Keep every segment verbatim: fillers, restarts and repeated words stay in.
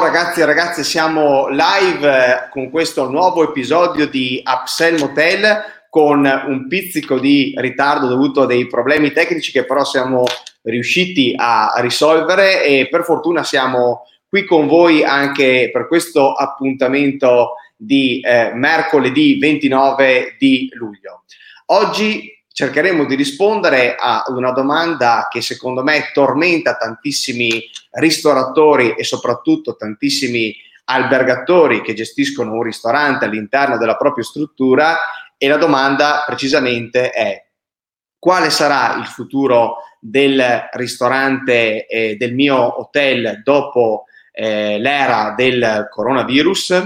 ragazzi e ragazze, siamo live con questo nuovo episodio di Upsell Motel con un pizzico di ritardo dovuto a dei problemi tecnici che però siamo riusciti a risolvere e per fortuna siamo qui con voi anche per questo appuntamento di eh, mercoledì ventinove di luglio. Oggi cercheremo di rispondere a una domanda che secondo me tormenta tantissimi ristoratori e soprattutto tantissimi albergatori che gestiscono un ristorante all'interno della propria struttura, e la domanda precisamente è: quale sarà il futuro del ristorante e del mio hotel dopo eh, l'era del coronavirus?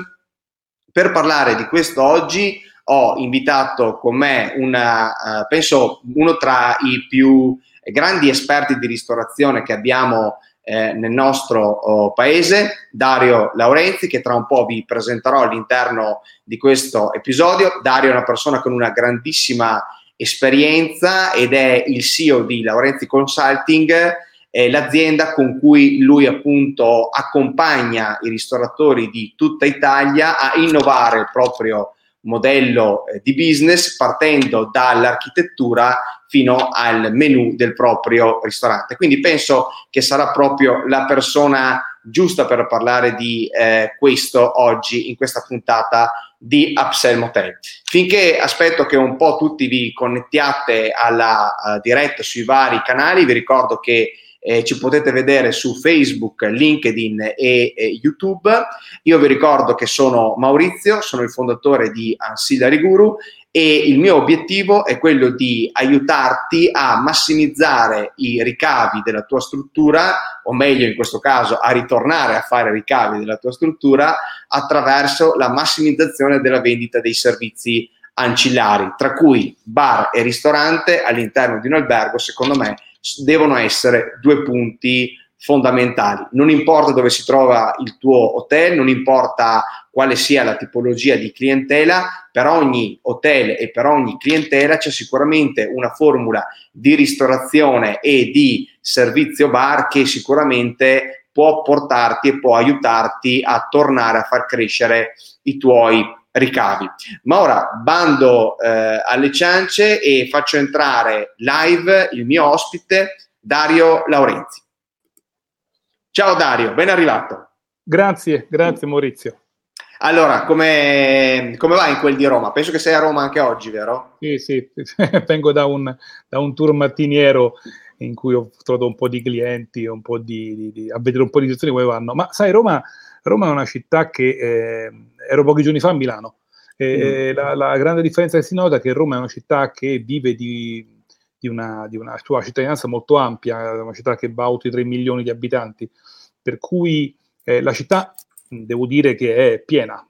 Per parlare di questo oggi ho invitato con me una, uh, penso uno tra i più grandi esperti di ristorazione che abbiamo eh, nel nostro oh, paese, Dario Laurenzi, che tra un po' vi presenterò all'interno di questo episodio. Dario è una persona con una grandissima esperienza ed è il C E O di Laurenzi Consulting, eh, l'azienda con cui lui appunto accompagna i ristoratori di tutta Italia a innovare il proprio modello eh, di business, partendo dall'architettura fino al menù del proprio ristorante. Quindi penso che sarà proprio la persona giusta per parlare di eh, questo oggi in questa puntata di Upsell Motel. Finché aspetto che un po' tutti vi connettiate alla uh, diretta sui vari canali, vi ricordo che Eh, ci potete vedere su Facebook, LinkedIn e, e YouTube. Io vi ricordo che sono Maurizio, sono il fondatore di Ancillary Guru e il mio obiettivo è quello di aiutarti a massimizzare i ricavi della tua struttura, o meglio in questo caso a ritornare a fare ricavi della tua struttura attraverso la massimizzazione della vendita dei servizi ancillari, tra cui bar e ristorante all'interno di un albergo. Secondo me devono essere due punti fondamentali. Non importa dove si trova il tuo hotel, non importa quale sia la tipologia di clientela, per ogni hotel e per ogni clientela c'è sicuramente una formula di ristorazione e di servizio bar che sicuramente può portarti e può aiutarti a tornare a far crescere i tuoi ricavi. Ma ora bando eh, alle ciance e faccio entrare live il mio ospite Dario Laurenzi. Ciao Dario, ben arrivato. Grazie, grazie Maurizio. Allora, come, come va in quel di Roma? Penso che sei a Roma anche oggi, vero? Sì, sì, vengo da un, da un tour mattiniero in cui ho trovato un po' di clienti, un po' di, di, di, a vedere un po' di situazioni come vanno. Ma sai, Roma, Roma è una città che eh, ero pochi giorni fa a Milano. E mm. la, la grande differenza che si nota è che Roma è una città che vive di, di, una, di una sua cittadinanza molto ampia, una città che va oltre i tre milioni di abitanti, per cui eh, la città, devo dire che è piena,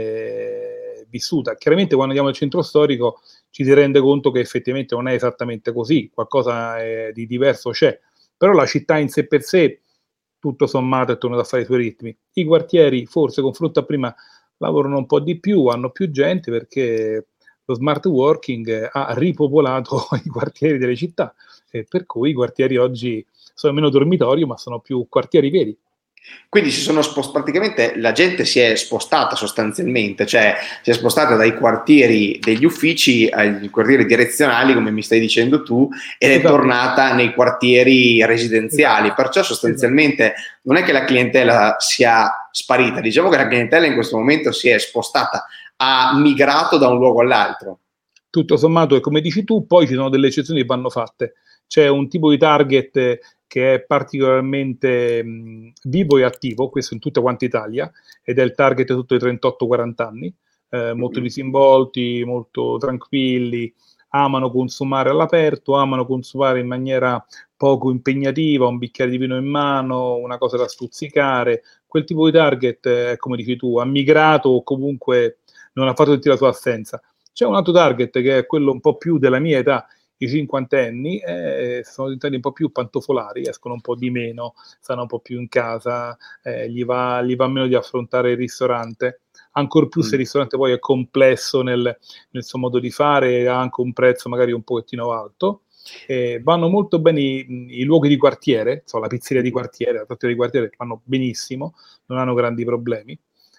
è vissuta. Chiaramente quando andiamo al centro storico ci si rende conto che effettivamente non è esattamente così, qualcosa eh, di diverso c'è, però la città in sé per sé, tutto sommato, è tornato a fare i suoi ritmi. I quartieri, forse, confronto a prima, lavorano un po' di più, hanno più gente perché lo smart working ha ripopolato i quartieri delle città, e per cui i quartieri oggi sono meno dormitorio, ma sono più quartieri veri. Quindi si sono spost- praticamente la gente si è spostata sostanzialmente, cioè si è spostata dai quartieri degli uffici ai quartieri direzionali, come mi stai dicendo tu, ed è esatto. tornata nei quartieri residenziali. Esatto. Perciò sostanzialmente esatto. non è che la clientela sia sparita, diciamo che la clientela in questo momento si è spostata, ha migrato da un luogo all'altro. Tutto sommato, e come dici tu, poi ci sono delle eccezioni che vanno fatte. C'è un tipo di target che è particolarmente mh, vivo e attivo, questo in tutta quanta Italia, ed è il target sotto i trentotto quaranta anni, eh, molto disinvolti, molto tranquilli, amano consumare all'aperto, amano consumare in maniera poco impegnativa, un bicchiere di vino in mano, una cosa da stuzzicare. Quel tipo di target, eh, come dici tu, ha migrato o comunque non ha fatto sentire la sua assenza. C'è un altro target che è quello un po' più della mia età, i cinquantenni, eh, sono diventati un po' più pantofolari, escono un po' di meno, stanno un po' più in casa, eh, gli, va, gli va meno di affrontare il ristorante. ancor più Mm. se il ristorante poi è complesso nel, nel suo modo di fare, ha anche un prezzo magari un pochettino alto. Eh, vanno molto bene i, i luoghi di quartiere, insomma, la pizzeria di quartiere, la trattoria di quartiere vanno benissimo, non hanno grandi problemi.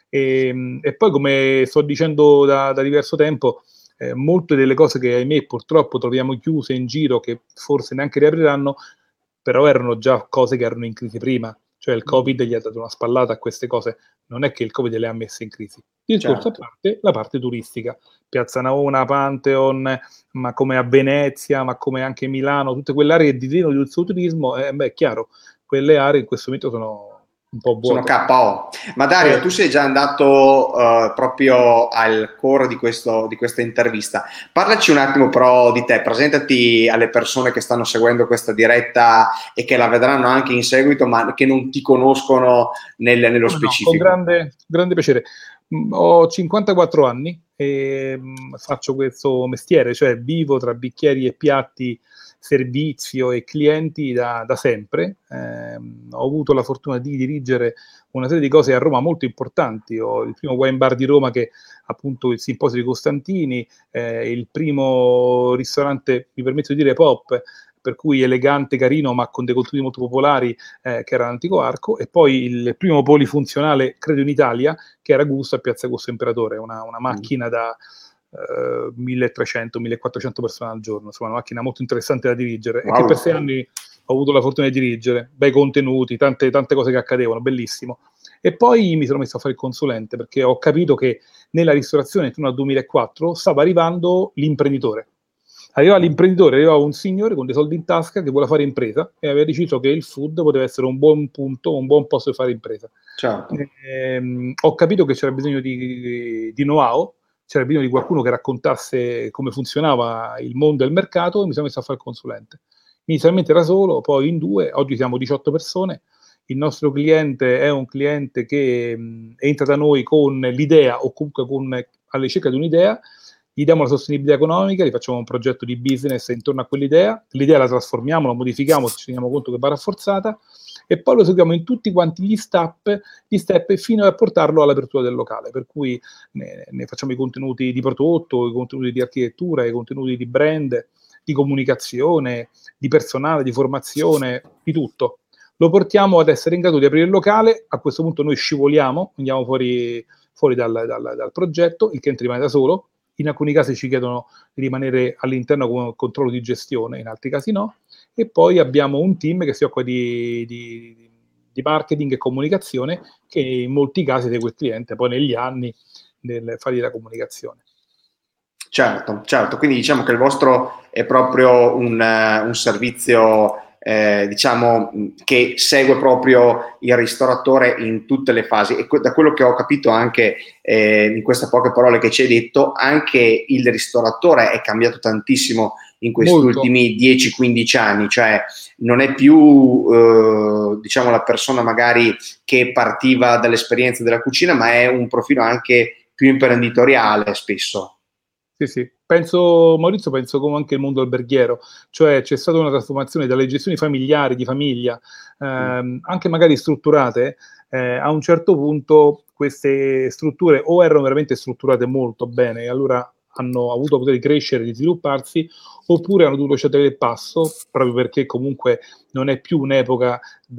E, e poi, come sto dicendo da, da diverso tempo, eh, molte delle cose che ahimè purtroppo troviamo chiuse in giro, che forse neanche riapriranno, però erano già cose che erano in crisi prima. Cioè il Covid gli ha dato una spallata a queste cose, non è che il Covid le ha messe in crisi. Il discorso Certo. a parte, la parte turistica, Piazza Navona, Pantheon, ma come a Venezia, ma come anche Milano, tutte quelle aree di vivono del suo turismo, eh, beh, è chiaro, quelle aree in questo momento sono un po' Sono vuote. K O. Ma Dario, Eh, tu sei già andato uh, proprio al core di, questo, di questa intervista. Parlaci un attimo però di te, presentati alle persone che stanno seguendo questa diretta e che la vedranno anche in seguito, ma che non ti conoscono nel, nello come no, con specifico. grande, grande piacere. Mm, Ho cinquantaquattro anni e mm, faccio questo mestiere, cioè vivo tra bicchieri e piatti, servizio e clienti da, da sempre. Ehm, ho avuto la fortuna di dirigere una serie di cose a Roma molto importanti. Ho il primo wine bar di Roma, che appunto il Simposio di Costantini, eh, il primo ristorante, mi permetto di dire pop, per cui elegante, carino, ma con dei contenuti molto popolari, eh, che era l'Antico Arco, e poi il primo polifunzionale, credo in Italia, che era Gusto a Piazza Gusto Imperatore, una, una macchina da eh, milletrecento millequattrocento persone al giorno, insomma una macchina molto interessante da dirigere, e che per Wow. sei anni ho avuto la fortuna di dirigere, bei contenuti, tante, tante cose che accadevano, bellissimo. E poi mi sono messo a fare il consulente, perché ho capito che nella ristorazione intorno al duemilaquattro stava arrivando l'imprenditore. Arrivava l'imprenditore, arrivava un signore con dei soldi in tasca che voleva fare impresa e aveva deciso che il food poteva essere un buon punto, un buon posto per fare impresa. Certo. Ehm, ho capito che c'era bisogno di, di know-how, c'era bisogno di qualcuno che raccontasse come funzionava il mondo e il mercato, e mi sono messo a fare il consulente. Inizialmente era solo, poi in due, oggi siamo diciotto persone. Il nostro cliente è un cliente che mh, entra da noi con l'idea, o comunque con, alla ricerca di un'idea, gli diamo la sostenibilità economica, gli facciamo un progetto di business intorno a quell'idea, l'idea la trasformiamo, la modifichiamo se ci rendiamo conto che va rafforzata, e poi lo seguiamo in tutti quanti gli step, gli step fino a portarlo all'apertura del locale, per cui ne, ne facciamo i contenuti di prodotto, i contenuti di architettura, i contenuti di brand, di comunicazione, di personale, di formazione, di tutto. Lo portiamo ad essere in grado di aprire il locale. A questo punto noi scivoliamo, andiamo fuori, fuori dal, dal, dal progetto, il cliente rimane da solo. In alcuni casi ci chiedono di rimanere all'interno come controllo di gestione, in altri casi no. E poi abbiamo un team che si occupa di, di, di marketing e comunicazione, che in molti casi segue il cliente poi negli anni nel fare la comunicazione. Certo, certo, quindi diciamo che il vostro è proprio un, uh, un servizio, eh, diciamo, che segue proprio il ristoratore in tutte le fasi, e que- da quello che ho capito anche eh, in queste poche parole che ci hai detto, anche il ristoratore è cambiato tantissimo in questi Molto. ultimi dieci quindici anni, cioè non è più eh, diciamo la persona magari che partiva dall'esperienza della cucina, ma è un profilo anche più imprenditoriale spesso. Sì, sì. Penso, Maurizio, penso come anche il mondo alberghiero, cioè c'è stata una trasformazione dalle gestioni familiari, di famiglia, ehm, anche magari strutturate, eh, a un certo punto queste strutture o erano veramente strutturate molto bene e allora hanno avuto potere di crescere, di svilupparsi, oppure hanno dovuto cedere il passo, proprio perché comunque non è più un'epoca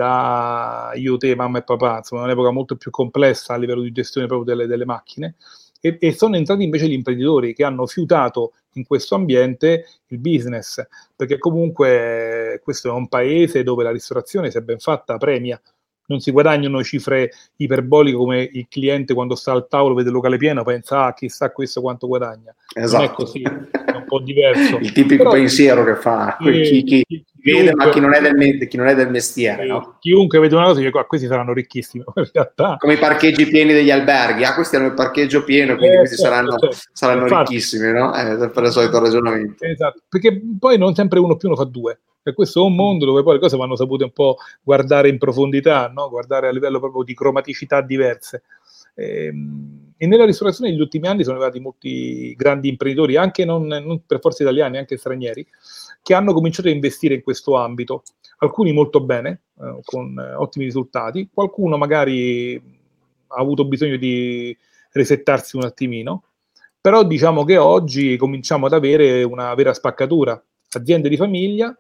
da io, te, mamma e papà, insomma è un'epoca molto più complessa a livello di gestione proprio delle, delle macchine. E, e sono entrati invece gli imprenditori che hanno fiutato in questo ambiente il business, perché comunque questo è un paese dove la ristorazione, se ben fatta, premia. Non si guadagnano cifre iperboliche come il cliente quando sta al tavolo, vede il locale pieno, pensa, ah, chissà questo quanto guadagna. Esatto. Non è così, è un po' diverso. Il tipico Però, pensiero che fa chi, chi, chi vede ma chi non è del, chi non è del mestiere, no? Chiunque vede una cosa dice, ah, questi saranno ricchissimi. In realtà, come i parcheggi pieni degli alberghi, ah questi hanno il parcheggio pieno, quindi eh, questi certo, saranno, certo. saranno Infatti, ricchissimi, no? È sempre il solito ragionamento. Esatto, perché poi non sempre uno più uno fa due, e questo è un mondo dove poi le cose vanno sapute un po' guardare in profondità, no? Guardare a livello proprio di cromaticità diverse. E, e nella ristorazione negli ultimi anni sono arrivati molti grandi imprenditori, anche non, non per forza italiani, anche stranieri, che hanno cominciato a investire in questo ambito. Alcuni molto bene, eh, con eh, ottimi risultati, qualcuno magari ha avuto bisogno di resettarsi un attimino, però diciamo che oggi cominciamo ad avere una vera spaccatura, aziende di famiglia,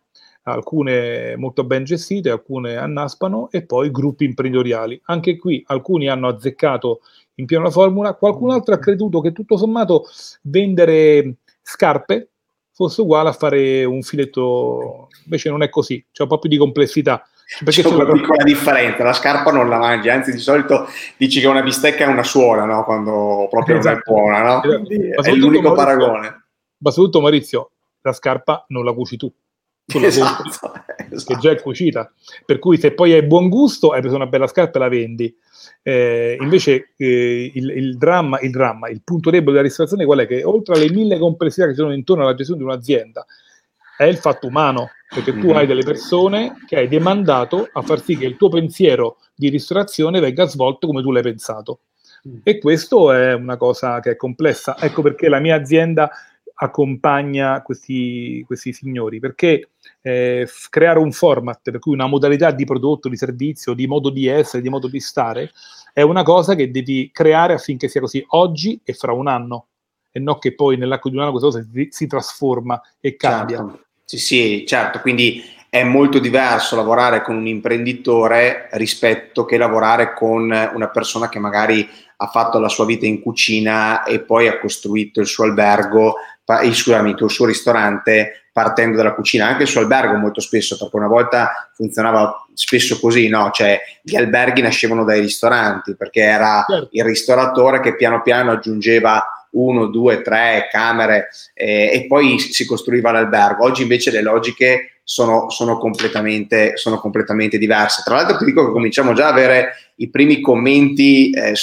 alcune molto ben gestite, alcune annaspano, e poi gruppi imprenditoriali. Anche qui alcuni hanno azzeccato in pieno la formula, qualcun altro ha creduto che tutto sommato vendere scarpe fosse uguale a fare un filetto, invece non è così, c'è un po' più di complessità. Perché c'è una piccola differenza, la scarpa non la mangi, anzi di solito dici che una bistecca è una suola, no? Quando proprio esatto. Non è buona, no? Quindi è l'unico Maurizio, paragone. Ma soprattutto Maurizio, la scarpa non la cuci tu, tu la esatto, compri, esatto. che già è cucita, per cui se poi hai buon gusto hai preso una bella scarpa e la vendi. Eh, invece eh, il, il, dramma, il dramma, il punto debole della ristorazione qual è? Che oltre alle mille complessità che ci sono intorno alla gestione di un'azienda è il fatto umano, perché tu hai delle persone che hai demandato a far sì che il tuo pensiero di ristorazione venga svolto come tu l'hai pensato, e questo è una cosa che è complessa. Ecco perché la mia azienda accompagna questi, questi signori, perché eh, f- creare un format, per cui una modalità di prodotto, di servizio, di modo di essere, di modo di stare, è una cosa che devi creare affinché sia così oggi e fra un anno, e non che poi nell'arco di un anno questa cosa si, si trasforma e cambia. Certo. Sì, sì, certo, quindi è molto diverso lavorare con un imprenditore rispetto che lavorare con una persona che magari ha fatto la sua vita in cucina e poi ha costruito il suo albergo, il suo, il suo ristorante partendo dalla cucina, anche il suo albergo molto spesso, perché una volta funzionava spesso così, no? Cioè gli alberghi nascevano dai ristoranti, perché era certo. Il ristoratore che piano piano aggiungeva uno, due, tre camere eh, e poi si costruiva l'albergo. Oggi invece le logiche sono, sono, completamente, sono completamente diverse. Tra l'altro ti dico che cominciamo già ad avere i primi commenti eh,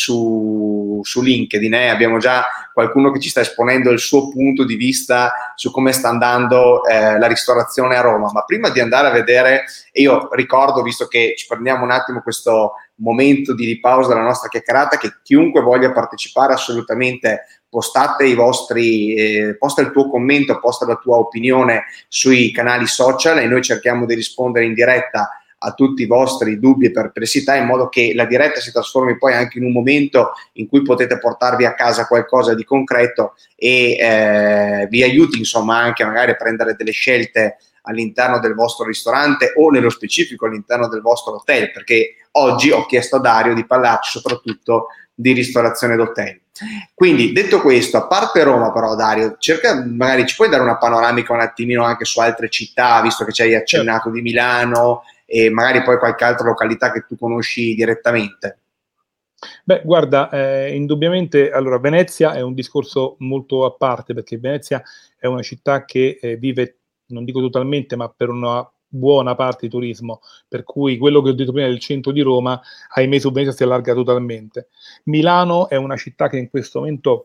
su, su LinkedIn, eh. Abbiamo già qualcuno che ci sta esponendo il suo punto di vista su come sta andando eh, la ristorazione a Roma. Ma prima di andare a vedere, io ricordo, visto che ci prendiamo un attimo questo momento di pausa della nostra chiacchierata, che chiunque voglia partecipare assolutamente postate i vostri, eh, posta il tuo commento, posta la tua opinione sui canali social e noi cerchiamo di rispondere in diretta a tutti i vostri dubbi e perplessità, in modo che la diretta si trasformi poi anche in un momento in cui potete portarvi a casa qualcosa di concreto e eh, vi aiuti insomma anche magari a prendere delle scelte all'interno del vostro ristorante o nello specifico all'interno del vostro hotel, perché oggi ho chiesto a Dario di parlarci soprattutto di ristorazione d'hotel. Quindi detto questo, a parte Roma però Dario, cerca, magari ci puoi dare una panoramica un attimino anche su altre città, visto che ci hai accennato di Milano e magari poi qualche altra località che tu conosci direttamente. Beh, guarda, eh, indubbiamente, allora Venezia è un discorso molto a parte, perché Venezia è una città che eh, vive, non dico totalmente, ma per una buona parte di turismo, per cui quello che ho detto prima del centro di Roma, ahimè su Venezia si allarga totalmente. Milano è una città che in questo momento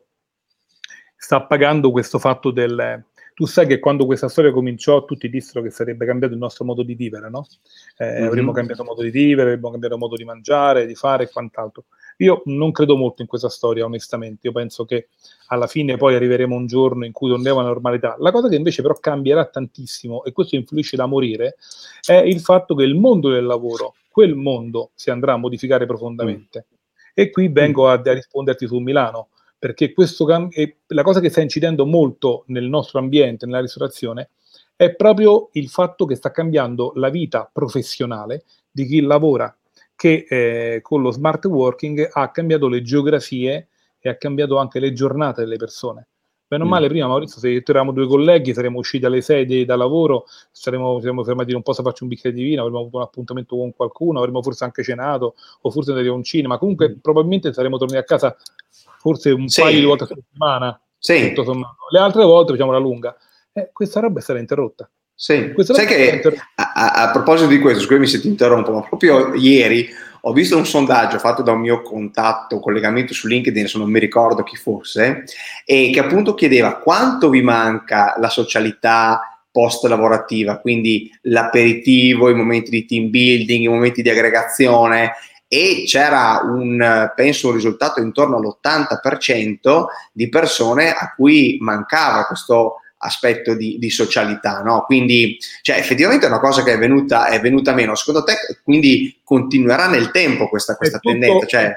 sta pagando questo fatto del... Tu sai che quando questa storia cominciò tutti dissero che sarebbe cambiato il nostro modo di vivere, no? Eh, mm-hmm. Avremmo cambiato modo di vivere, avremmo cambiato modo di mangiare, di fare e quant'altro. Io non credo molto in questa storia, onestamente. Io penso che alla fine poi arriveremo un giorno in cui torneremo alla normalità. La cosa che invece però cambierà tantissimo, e questo influisce da morire, è il fatto che il mondo del lavoro, quel mondo, si andrà a modificare profondamente. Mm. E qui vengo a, a risponderti su Milano, perché questo cam- la cosa che sta incidendo molto nel nostro ambiente, nella ristorazione, è proprio il fatto che sta cambiando la vita professionale di chi lavora, che eh, con lo smart working ha cambiato le geografie e ha cambiato anche le giornate delle persone. Bene o male, prima Maurizio, se eravamo due colleghi, saremmo usciti alle sei da lavoro, saremmo, saremmo fermati un po' a farci un bicchiere di vino, avremmo avuto un appuntamento con qualcuno, avremmo forse anche cenato, o forse andati a un cinema, comunque mm. probabilmente saremmo tornati a casa forse un sì. paio di volte a settimana, sì. tutto sommato. Le altre volte facciamo la lunga. Eh, questa roba è stata interrotta. Sì, sai che a, a, a proposito di questo, scusami se ti interrompo, ma proprio ieri ho visto un sondaggio fatto da un mio contatto, collegamento su LinkedIn, adesso non mi ricordo chi fosse, e che appunto chiedeva quanto vi manca la socialità post-lavorativa, quindi l'aperitivo, i momenti di team building, i momenti di aggregazione, e c'era un, penso, un risultato intorno all'ottanta per cento di persone a cui mancava questo aspetto di, di socialità, no? Quindi, cioè, effettivamente è una cosa che è venuta, è venuta meno. Secondo te, quindi, continuerà nel tempo questa, questa tutto, tendenza? Cioè...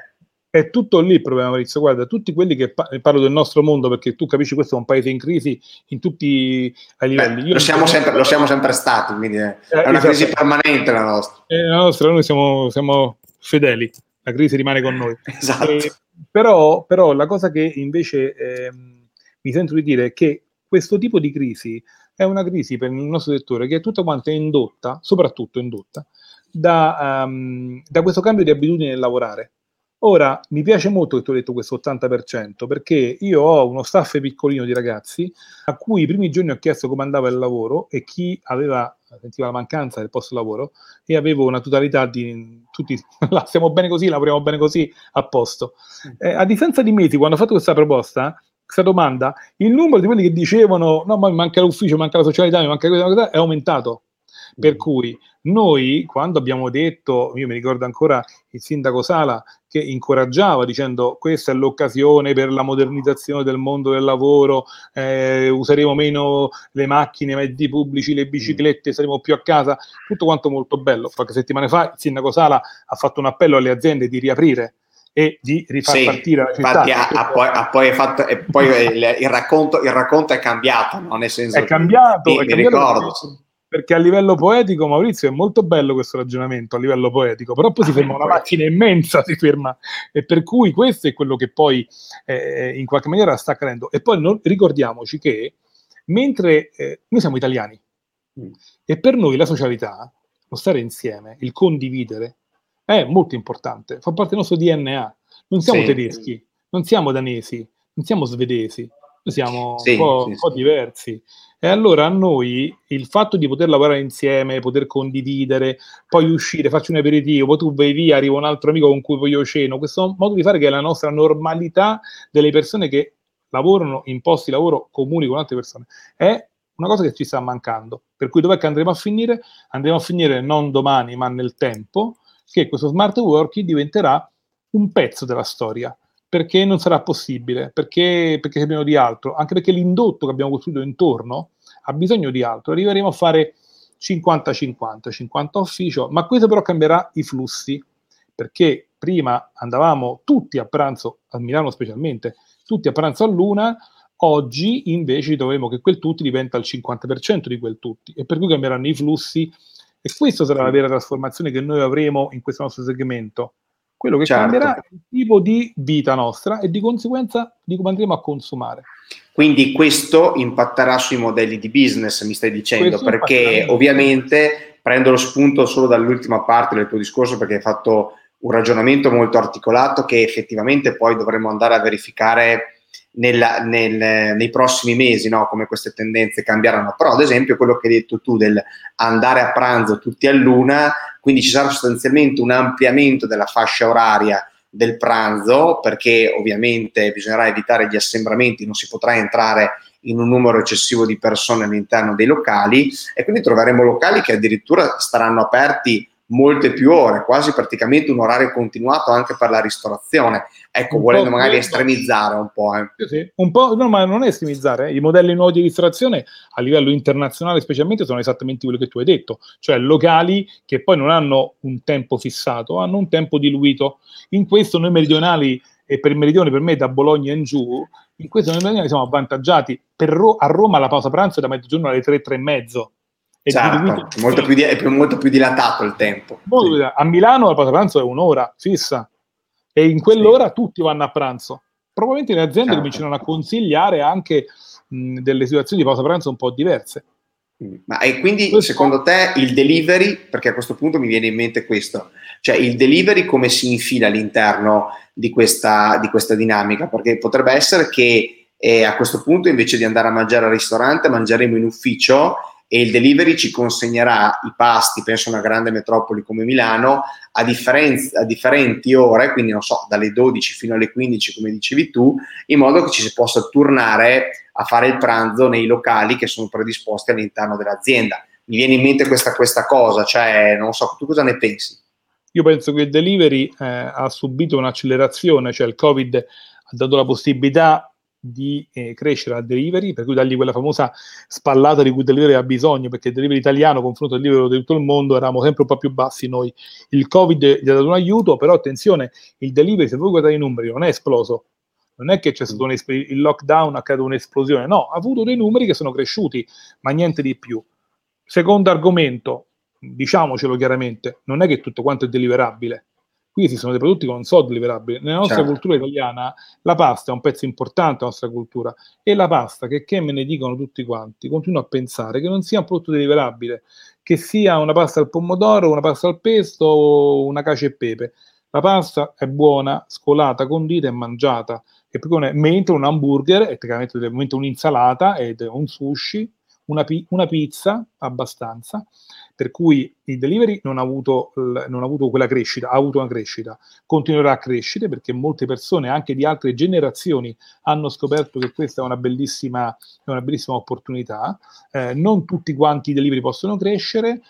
È tutto lì il problema, Maurizio. Guarda, tutti quelli che pa- parlo del nostro mondo, perché tu capisci, questo è un paese in crisi in tutti i livelli. Beh, Io lo siamo internet- sempre, lo siamo sempre stati, quindi è, eh, è una esatto. crisi permanente la nostra. Eh, la nostra, noi siamo, siamo fedeli, la crisi rimane con noi. Esatto. Eh, però, però la cosa che invece ehm, mi sento di dire è che questo tipo di crisi è una crisi per il nostro settore che è tutta quanta indotta, soprattutto indotta, da, um, da questo cambio di abitudini nel lavorare. Ora, mi piace molto che tu hai detto questo ottanta per cento, perché io ho uno staff piccolino di ragazzi a cui i primi giorni ho chiesto come andava il lavoro e chi aveva, sentiva la mancanza del posto lavoro, e avevo una totalità di tutti, stiamo bene così, lavoriamo bene così, a posto. Eh, a distanza di mesi, quando ho fatto questa proposta, questa domanda, il numero di quelli che dicevano no, ma mi manca l'ufficio, mi manca la socialità, mi manca questa cosa, è aumentato. Per cui noi, quando abbiamo detto, io mi ricordo ancora il sindaco Sala che incoraggiava dicendo questa è l'occasione per la modernizzazione del mondo del lavoro, eh, useremo meno le macchine, i mezzi pubblici, le biciclette, saremo più a casa, tutto quanto molto bello. Qualche settimana fa il sindaco Sala ha fatto un appello alle aziende di riaprire e di rifar sì, partire la città. Infatti ha, ha poi, ha poi fatto, e poi il, il, racconto, il racconto è cambiato, no? Nel senso è cambiato, mi, è mi cambiato ricordo. perché, perché a livello poetico, Maurizio, è molto bello questo ragionamento a livello poetico, però poi ah, si ferma una poetico. macchina immensa, si ferma, e per cui questo è quello che poi eh, in qualche maniera sta accadendo. E poi non, ricordiamoci che mentre eh, noi siamo italiani mm. e per noi la socialità, lo stare insieme, il condividere, è molto importante, fa parte del nostro D N A. Non siamo sì. tedeschi, non siamo danesi, non siamo svedesi, noi siamo sì, un, po', sì, un po' diversi. E allora a noi il fatto di poter lavorare insieme, poter condividere, poi uscire, faccio un aperitivo, poi tu vai via, arriva un altro amico con cui poi io ceno, questo modo di fare che è la nostra normalità delle persone che lavorano in posti di lavoro comuni con altre persone, è una cosa che ci sta mancando. Per cui dov'è che andremo a finire? Andremo a finire non domani, ma nel tempo, che questo smart working diventerà un pezzo della storia, perché non sarà possibile, perché, perché c'è bisogno di altro, anche perché l'indotto che abbiamo costruito intorno ha bisogno di altro. Arriveremo a fare cinquanta cinquanta, cinquanta ufficio, ma questo però cambierà i flussi, perché prima andavamo tutti a pranzo, a Milano specialmente, tutti a pranzo all'una, oggi invece dovremo che quel tutti diventa il cinquanta per cento di quel tutti, e per cui cambieranno i flussi, e questa sarà la vera trasformazione che noi avremo in questo nostro segmento. Quello che certo. cambierà è il tipo di vita nostra e di conseguenza di come andremo a consumare. Quindi questo impatterà sui modelli di business, mi stai dicendo, questo perché ovviamente prendo lo spunto solo dall'ultima parte del tuo discorso, perché hai fatto un ragionamento molto articolato che effettivamente poi dovremo andare a verificare nel, nel, nei prossimi mesi, no? Come queste tendenze cambieranno. Però ad esempio quello che hai detto tu del andare a pranzo tutti all'una, quindi ci sarà sostanzialmente un ampliamento della fascia oraria del pranzo, perché ovviamente bisognerà evitare gli assembramenti, non si potrà entrare in un numero eccessivo di persone all'interno dei locali, e quindi troveremo locali che addirittura staranno aperti molte più ore, quasi praticamente un orario continuato anche per la ristorazione, ecco, un volendo magari quello. estremizzare un po'. Eh. Sì, sì. Un po', no, ma non è estremizzare, eh. I modelli nuovi di ristorazione a livello internazionale specialmente sono esattamente quello che tu hai detto, cioè locali che poi non hanno un tempo fissato, hanno un tempo diluito. In questo noi meridionali, e per il meridione per me da Bologna in giù, in questo noi meridionali siamo avvantaggiati. Per Ro- a Roma la pausa pranzo è da mezzogiorno alle tre, tre e mezzo. È certo, molto più, di, è più, molto più dilatato il tempo. Sì. A Milano la pausa pranzo è un'ora fissa e in quell'ora sì. tutti vanno a pranzo. Probabilmente le aziende certo. cominceranno a consigliare anche mh, delle situazioni di pausa pranzo un po' diverse. Ma e quindi questo... secondo te il delivery, perché a questo punto mi viene in mente questo, cioè il delivery come si infila all'interno di questa, di questa dinamica? Perché potrebbe essere che eh, a questo punto invece di andare a mangiare al ristorante mangeremo in ufficio e il delivery ci consegnerà i pasti, penso a una grande metropoli come Milano, a, differenz- a differenti ore, quindi non so, dalle dodici fino alle quindici come dicevi tu, in modo che ci si possa turnare a fare il pranzo nei locali che sono predisposti all'interno dell'azienda. Mi viene in mente questa, questa cosa, cioè non so, tu cosa ne pensi? Io penso che il delivery eh, ha subito un'accelerazione, cioè il Covid ha dato la possibilità di eh, crescere al delivery, per cui dargli quella famosa spallata di cui il delivery ha bisogno, perché il delivery italiano, confronto al delivery di tutto il mondo, eravamo sempre un po' più bassi noi. Il Covid gli ha dato un aiuto, però attenzione, il delivery, se voi guardate i numeri, non è esploso. Non è che c'è stato un es- il lockdown ha creato un'esplosione, no, ha avuto dei numeri che sono cresciuti, ma niente di più. Secondo argomento, diciamocelo chiaramente, non è che tutto quanto è deliverabile. Qui esistono dei prodotti che non sono deliverabili. Nella nostra Certo. cultura italiana la pasta è un pezzo importante della nostra cultura, e la pasta, che, che me ne dicono tutti quanti, continuo a pensare che non sia un prodotto deliverabile, che sia una pasta al pomodoro, una pasta al pesto o una cacio e pepe. La pasta è buona, scolata, condita e mangiata, e poi mentre un hamburger è tecnicamente un'insalata ed un sushi, una, pi- una pizza abbastanza, per cui il delivery non ha avuto, non ha avuto quella crescita, ha avuto una crescita, continuerà a crescere perché molte persone anche di altre generazioni hanno scoperto che questa è una bellissima, è una bellissima opportunità. Eh, non tutti quanti i delivery possono crescere.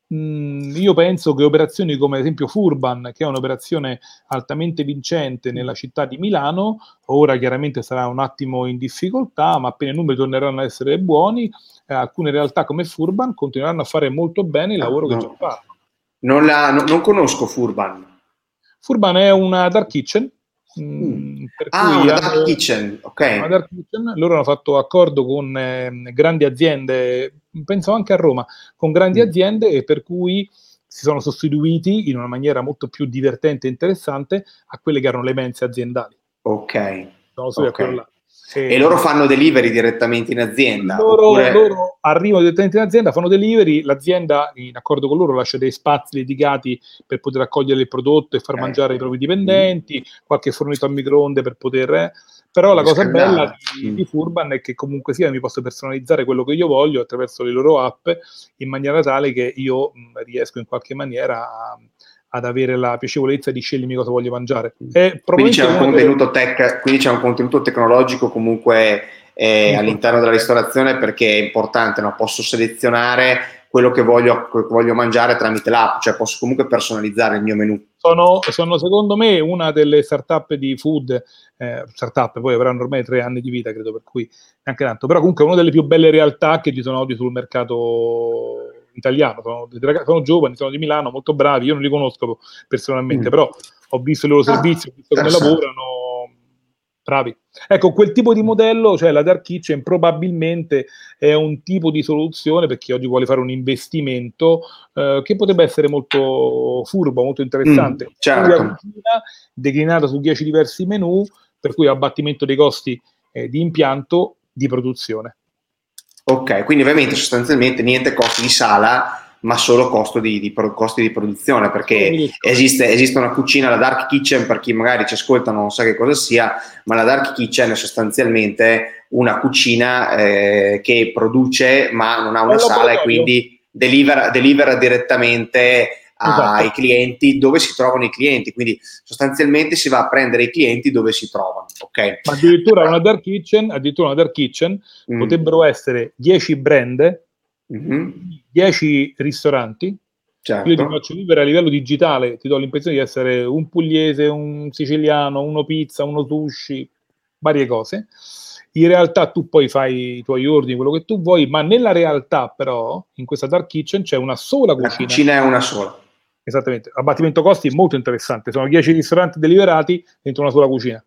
Mm, io penso che operazioni come ad esempio Furban, che è un'operazione altamente vincente nella città di Milano, ora chiaramente sarà un attimo in difficoltà, ma appena i numeri torneranno a essere buoni, eh, alcune realtà come Furban continueranno a fare molto bene il Ah, lavoro che già no. fanno. Non, la, no, non conosco Furban. Furban è una dark kitchen, Mm. mh, per Ah, cui una dark hanno kitchen, una ok. dark kitchen. Loro hanno fatto accordo con eh, grandi aziende, penso anche a Roma, con grandi Mm. aziende, e per cui si sono sostituiti in una maniera molto più divertente e interessante a quelle che erano le mense aziendali. Ok, Sono sostituiti a quello ok. là. E E, loro fanno delivery direttamente in azienda, Loro, oppure... loro arrivano direttamente in azienda, fanno delivery, l'azienda in accordo con loro lascia dei spazi dedicati per poter accogliere il prodotto e far Ok. mangiare i propri Mm. dipendenti, qualche fornito a microonde per poter... eh. Però la cosa bella Riscaldare. di, Mm. di Furban è che comunque sia mi posso personalizzare quello che io voglio attraverso le loro app, in maniera tale che io mh, riesco in qualche maniera a, ad avere la piacevolezza di scegliermi cosa voglio mangiare. È Quindi c'è probabilmente un una delle... contenuto tech, quindi c'è un contenuto tecnologico comunque eh, all'interno della importante. ristorazione, perché è importante, no? Posso selezionare quello che voglio, che voglio mangiare tramite l'app, cioè posso comunque personalizzare il mio menù. Sono, sono secondo me una delle startup di food, eh, startup poi avranno ormai tre anni di vita, credo, per cui neanche tanto, però comunque è una delle più belle realtà che ci sono oggi sul mercato italiano. Sono, sono giovani, sono di Milano, molto bravi, io non li conosco personalmente, Mm. però ho visto i loro Ah, servizi, ho visto come interessante. lavorano, bravi. Ecco, quel tipo di modello, cioè la dark kitchen, probabilmente è un tipo di soluzione per chi oggi vuole fare un investimento eh, che potrebbe essere molto furbo, molto Mm, interessante. Unica certo. cucina declinata su dieci diversi menu, per cui abbattimento dei costi eh, di impianto di produzione. Ok, quindi ovviamente sostanzialmente niente costi di sala, ma solo costo di, di pro- costi di produzione, Solo perché produzione. esiste, esiste una cucina, la dark kitchen, per chi magari ci ascolta non sa che cosa sia, ma la dark kitchen è sostanzialmente una cucina eh, che produce ma non ha È una un sala e laboratorio. quindi delivera, delivera direttamente ai Esatto. clienti dove si trovano i clienti, quindi sostanzialmente si va a prendere i clienti dove si trovano. Okay? Ma addirittura una dark kitchen, addirittura una dark kitchen Mm. potrebbero essere dieci brand, Mm-hmm. dieci ristoranti. Io ti Certo. faccio vivere a livello digitale, ti do l'impressione di essere un pugliese, un siciliano, uno pizza, uno sushi, varie cose. In realtà tu poi fai i tuoi ordini, quello che tu vuoi, ma nella realtà però, in questa dark kitchen c'è una sola La cucina. cucina è una sola. Esattamente, abbattimento costi molto interessante, sono dieci ristoranti deliberati dentro una sola cucina.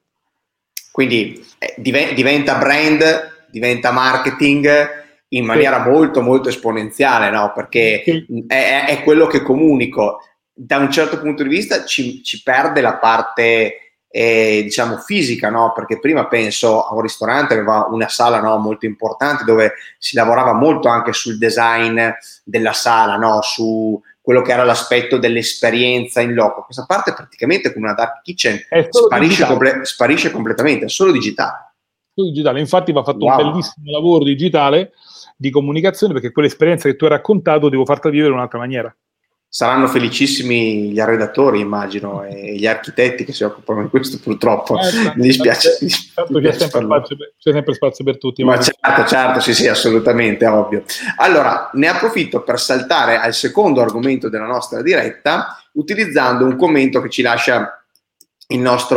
Quindi eh, div- diventa brand, diventa marketing in Sì, maniera molto molto esponenziale, no? Perché sì, è, è quello che comunico. Da un certo punto di vista ci, ci perde la parte eh, diciamo fisica, no? Perché prima penso a un ristorante, aveva una sala, no, molto importante dove si lavorava molto anche sul design della sala, no? Su quello che era l'aspetto dell'esperienza in loco. Questa parte praticamente come una dark kitchen è solo sparisce, digitale. comple- sparisce completamente, è solo digitale. Solo digitale. Infatti va fatto un Wow. bellissimo lavoro digitale di comunicazione, perché quell'esperienza che tu hai raccontato devo farla vivere in un'altra maniera. Saranno felicissimi gli arredatori, immagino, e gli architetti che si occupano di questo, purtroppo. Eh, Mi tanto, dispiace, mi tanto c'è, dispiace sempre per loro. spazio per, c'è sempre spazio per tutti, Ma Maurizio. certo, certo, sì, sì, assolutamente, ovvio. Allora, ne approfitto per saltare al secondo argomento della nostra diretta, utilizzando un commento che ci lascia il nostro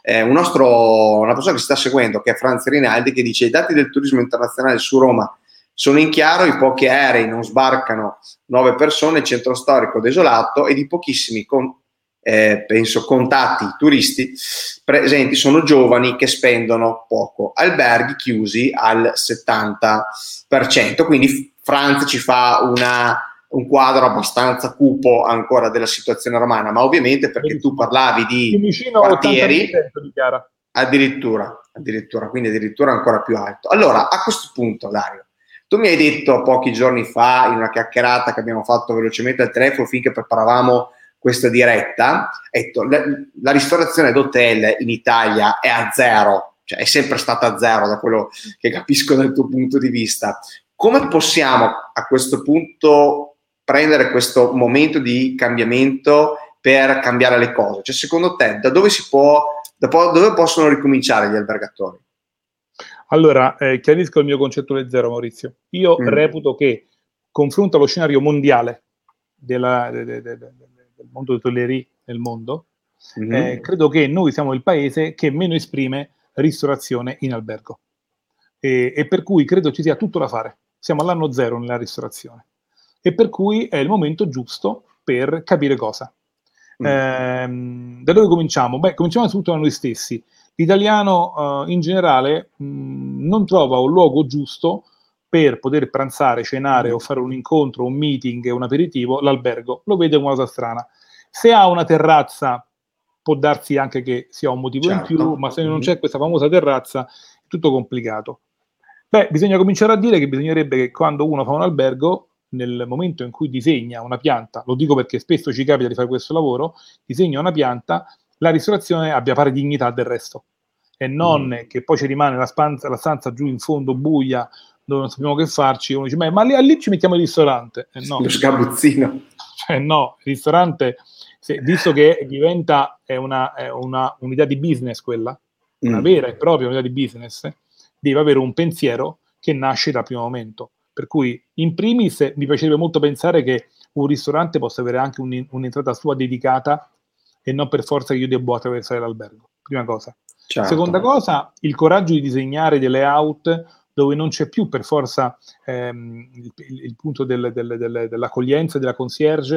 eh, un nostro, una persona che si sta seguendo, che è Franz Rinaldi, che dice: i dati del turismo internazionale su Roma sono in chiaro, i pochi aerei non sbarcano nuove persone, il centro storico desolato e di pochissimi con, eh, penso contatti turisti presenti sono giovani che spendono poco, alberghi chiusi al settanta per cento. Quindi Franz ci fa una, un quadro abbastanza cupo ancora della situazione romana, ma ovviamente perché tu parlavi di vicino quartieri, di Chiara. addirittura, addirittura, quindi addirittura ancora più alto. Allora, a questo punto, Dario, tu mi hai detto pochi giorni fa, in una chiacchierata che abbiamo fatto velocemente al telefono finché preparavamo questa diretta, hai detto, la, la ristorazione d'hotel in Italia è a zero, cioè è sempre stata a zero da quello che capisco dal tuo punto di vista. Come possiamo a questo punto prendere questo momento di cambiamento per cambiare le cose? Cioè, secondo te, da dove si può, da po- dove possono ricominciare gli albergatori? Allora, eh, chiarisco il mio concetto del zero, Maurizio. Io mm. reputo che, confronto allo scenario mondiale della, de, de, de, de, del mondo dell'hotellerie nel mondo, mm-hmm. eh, credo che noi siamo il paese che meno esprime ristorazione in albergo. E, e per cui credo ci sia tutto da fare. Siamo all'anno zero nella ristorazione. E per cui è il momento giusto per capire cosa. Mm. Eh, da dove cominciamo? Beh, cominciamo innanzitutto da noi stessi. L'italiano uh, in generale mh, non trova un luogo giusto per poter pranzare, cenare mm. o fare un incontro, un meeting, un aperitivo, l'albergo. Lo vede come una cosa strana. Se ha una terrazza, può darsi anche che sia un motivo certo. in più, ma se non c'è questa famosa terrazza, è tutto complicato. Beh, bisogna cominciare a dire che bisognerebbe che quando uno fa un albergo, nel momento in cui disegna una pianta, lo dico perché spesso ci capita di fare questo lavoro, disegna una pianta, la ristorazione abbia pari dignità del resto e non mm. che poi ci rimane la stanza, la stanza giù in fondo buia dove non sappiamo che farci, uno dice ma, ma lì, lì ci mettiamo il ristorante eh, no. Lo sgabuzzino eh, no, il ristorante se, visto che diventa è una, è una unità di business quella, una mm. vera e propria unità di business, deve avere un pensiero che nasce dal primo momento, per cui in primis mi piacerebbe molto pensare che un ristorante possa avere anche un, un'entrata sua dedicata e non per forza che io debbo attraversare l'albergo, prima cosa. Certo. Seconda cosa, il coraggio di disegnare dei layout dove non c'è più per forza ehm, il, il, il punto del, del, del, dell'accoglienza, della concierge,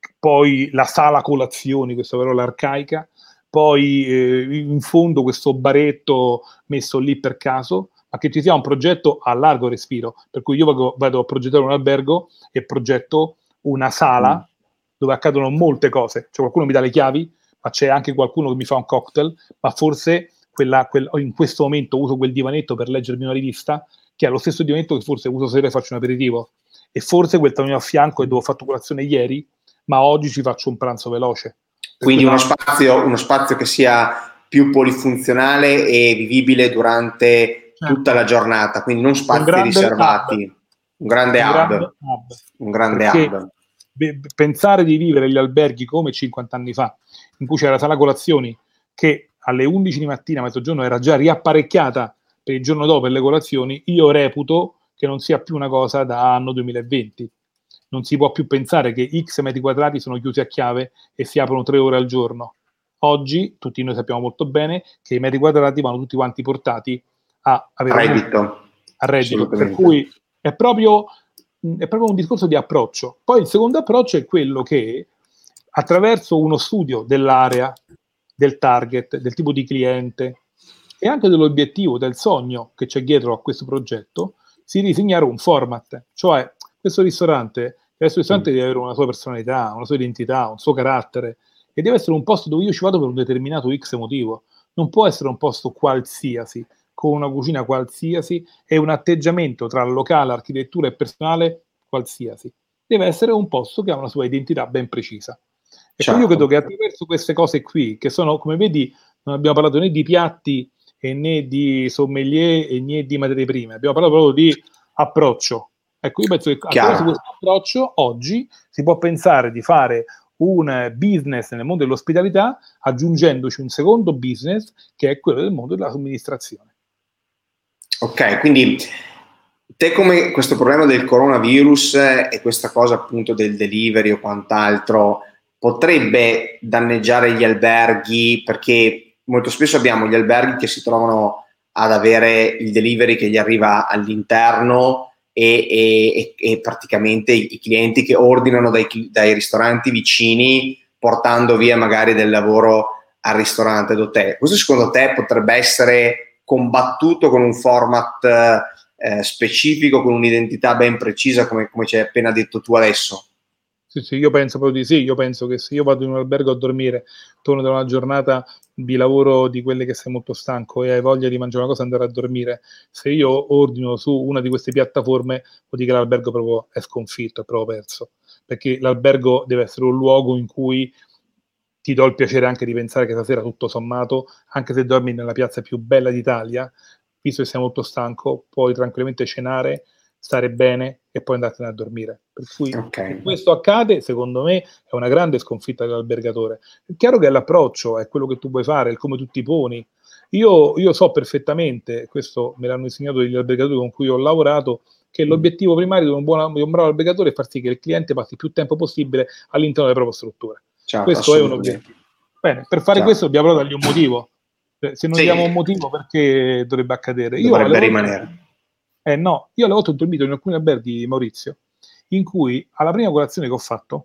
poi la sala colazioni, questa parola arcaica, poi eh, in fondo questo baretto messo lì per caso, ma che ci sia un progetto a largo respiro, per cui io vado, vado a progettare un albergo e progetto una sala mm. dove accadono molte cose, cioè qualcuno mi dà le chiavi, ma c'è anche qualcuno che mi fa un cocktail, ma forse quella, quella, in questo momento uso quel divanetto per leggermi una rivista, che è lo stesso divanetto che forse uso sera e faccio un aperitivo, e forse quel tavolino a fianco è dove ho fatto colazione ieri, ma oggi ci faccio un pranzo veloce. Quindi uno spazio, uno spazio che sia più polifunzionale e vivibile durante certo. tutta la giornata, quindi non spazi un riservati. Hub. Un grande un hub. Grande hub. Un grande hub. Be- pensare di vivere gli alberghi come cinquanta anni fa, in cui c'era la sala colazioni che alle undici di mattina, a mezzogiorno, era già riapparecchiata per il giorno dopo per le colazioni, io reputo che non sia più una cosa da anno duemilaventi. Non si può più pensare che X metri quadrati sono chiusi a chiave e si aprono tre ore al giorno. Oggi, tutti noi sappiamo molto bene che i metri quadrati vanno tutti quanti portati a avere reddito. Un, a reddito. Per cui è proprio, è proprio un discorso di approccio. Poi il secondo approccio è quello che, attraverso uno studio dell'area, del target, del tipo di cliente e anche dell'obiettivo, del sogno che c'è dietro a questo progetto, si disegnare un format, cioè questo ristorante, questo ristorante mm. deve avere una sua personalità, una sua identità, un suo carattere, e deve essere un posto dove io ci vado per un determinato X motivo. Non può essere un posto qualsiasi, con una cucina qualsiasi e un atteggiamento tra locale, architettura e personale qualsiasi. Deve essere un posto che ha una sua identità ben precisa. E certo. Io credo che attraverso queste cose qui, che sono, come vedi, non abbiamo parlato né di piatti e né di sommelier e né di materie prime, abbiamo parlato proprio di approccio. Ecco, io penso che attraverso questo approccio oggi si può pensare di fare un business nel mondo dell'ospitalità aggiungendoci un secondo business che è quello del mondo della somministrazione. Ok, quindi te come questo problema del coronavirus e questa cosa appunto del delivery o quant'altro potrebbe danneggiare gli alberghi perché molto spesso abbiamo gli alberghi che si trovano ad avere il delivery che gli arriva all'interno e, e, e praticamente i, i clienti che ordinano dai, dai ristoranti vicini portando via magari del lavoro al ristorante d'hotel. Questo secondo te potrebbe essere combattuto con un format eh, specifico, con un'identità ben precisa come, come ci hai appena detto tu adesso? Sì, sì, io penso proprio di sì, io penso che se io vado in un albergo a dormire, torno da una giornata di lavoro di quelle che sei molto stanco e hai voglia di mangiare una cosa e andare a dormire, se io ordino su una di queste piattaforme, vuol dire che l'albergo proprio è sconfitto, è proprio perso, perché l'albergo deve essere un luogo in cui ti do il piacere anche di pensare che stasera tutto sommato, anche se dormi nella piazza più bella d'Italia, visto che sei molto stanco, puoi tranquillamente cenare, stare bene e poi andartene a dormire. Per cui Okay. se questo accade, secondo me, è una grande sconfitta dell'albergatore. È chiaro che l'approccio è quello che tu vuoi fare, è come tu ti poni. Io, io so perfettamente, questo me l'hanno insegnato gli albergatori con cui ho lavorato, che l'obiettivo primario di un, buon, di un bravo albergatore è far sì che il cliente passi più tempo possibile all'interno delle proprie strutture. Certo, questo è un obiettivo. Bene, per fare certo. questo dobbiamo però dargli un motivo. Se non Sì. diamo un motivo, perché dovrebbe accadere? Io Dovrebbe alle volte, rimanere. Eh no, io alle volte ho dormito in alcuni alberghi, Maurizio, in cui alla prima colazione che ho fatto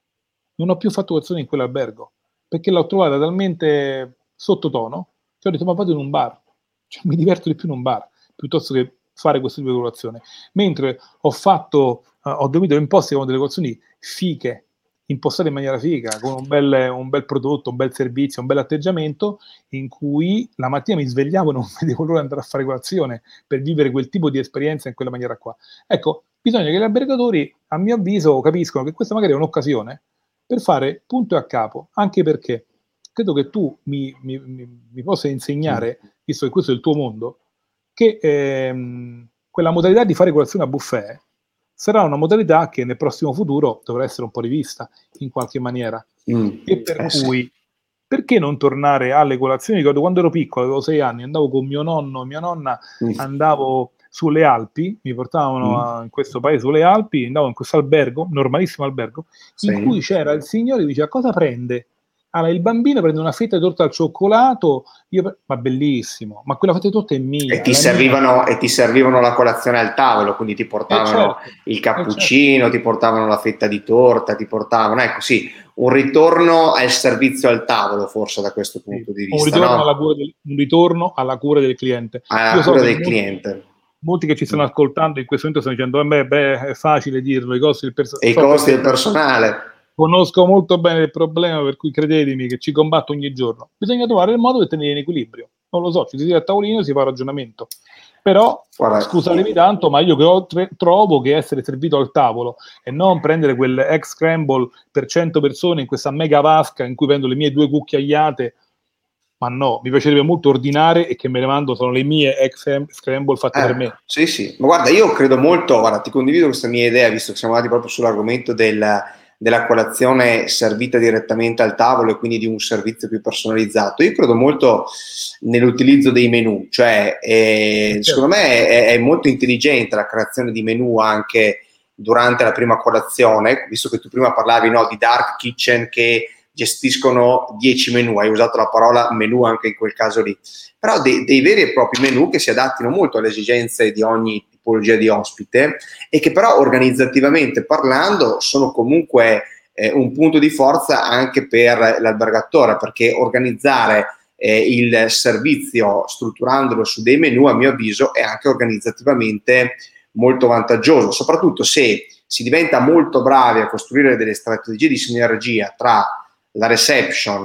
non ho più fatto colazione in quell'albergo, perché l'ho trovata talmente sottotono che ho detto ma vado in un bar, cioè, mi diverto di più in un bar, piuttosto che fare questo tipo di colazione. Mentre ho fatto, uh, ho dormito in posti con delle colazioni fiche, impostate in maniera figa, con un bel, un bel prodotto, un bel servizio, un bel atteggiamento, in cui la mattina mi svegliavo e non vedevo l'ora di andare a fare colazione per vivere quel tipo di esperienza in quella maniera qua. Ecco, bisogna che gli albergatori, a mio avviso, capiscono che questa magari è un'occasione per fare punto e a capo, anche perché credo che tu mi, mi, mi, mi possa insegnare, visto che questo è il tuo mondo, che ehm, quella modalità di fare colazione a buffet sarà una modalità che nel prossimo futuro dovrà essere un po' rivista in qualche maniera. Mm, e per eh cui, sì. perché non tornare alle colazioni? Ricordo quando ero piccolo, avevo sei anni, andavo con mio nonno e mia nonna, mm. andavo sulle Alpi, mi portavano mm. a, in questo paese sulle Alpi, andavo in questo albergo, normalissimo albergo, sì. in cui c'era il signore che diceva cosa prende? Allora, il bambino prende una fetta di torta al cioccolato, io, ma bellissimo, ma quella fetta di torta è mia. E ti, servivano, mia. e ti servivano la colazione al tavolo, quindi ti portavano eh certo, il cappuccino, eh certo. ti portavano la fetta di torta, ti portavano, ecco sì, un ritorno al servizio al tavolo forse da questo punto sì, di vista. Un ritorno, no? alla cura del, un ritorno alla cura del cliente. Alla io cura so del molti, cliente. Molti che ci stanno ascoltando in questo momento stanno dicendo, beh, beh è facile dirlo, i costi del, perso- e i so costi del personale. Conosco molto bene il problema, per cui credetemi che ci combatto ogni giorno. Bisogna trovare il modo per tenere in equilibrio. Non lo so, ci si tira a tavolino e si fa ragionamento. Però, Guarda. scusatemi tanto, ma io che trovo che essere servito al tavolo e non prendere quel egg scramble per cento persone in questa mega vasca in cui prendo le mie due cucchiaiate, ma no, mi piacerebbe molto ordinare e che me ne mando sono le mie egg scramble fatte eh, per me. Sì, sì, ma guarda, io credo molto, guarda, ti condivido questa mia idea, visto che siamo andati proprio sull'argomento del, della colazione servita direttamente al tavolo e quindi di un servizio più personalizzato. Io credo molto nell'utilizzo dei menu, cioè eh, certo. secondo me è, è molto intelligente la creazione di menu anche durante la prima colazione, visto che tu prima parlavi no, di dark kitchen che gestiscono dieci menu, hai usato la parola menu anche in quel caso lì, però dei, dei veri e propri menu che si adattino molto alle esigenze di ogni tipologia di ospite e che però organizzativamente parlando sono comunque eh, un punto di forza anche per l'albergatore, perché organizzare eh, il servizio strutturandolo su dei menu a mio avviso è anche organizzativamente molto vantaggioso, soprattutto se si diventa molto bravi a costruire delle strategie di sinergia tra la reception,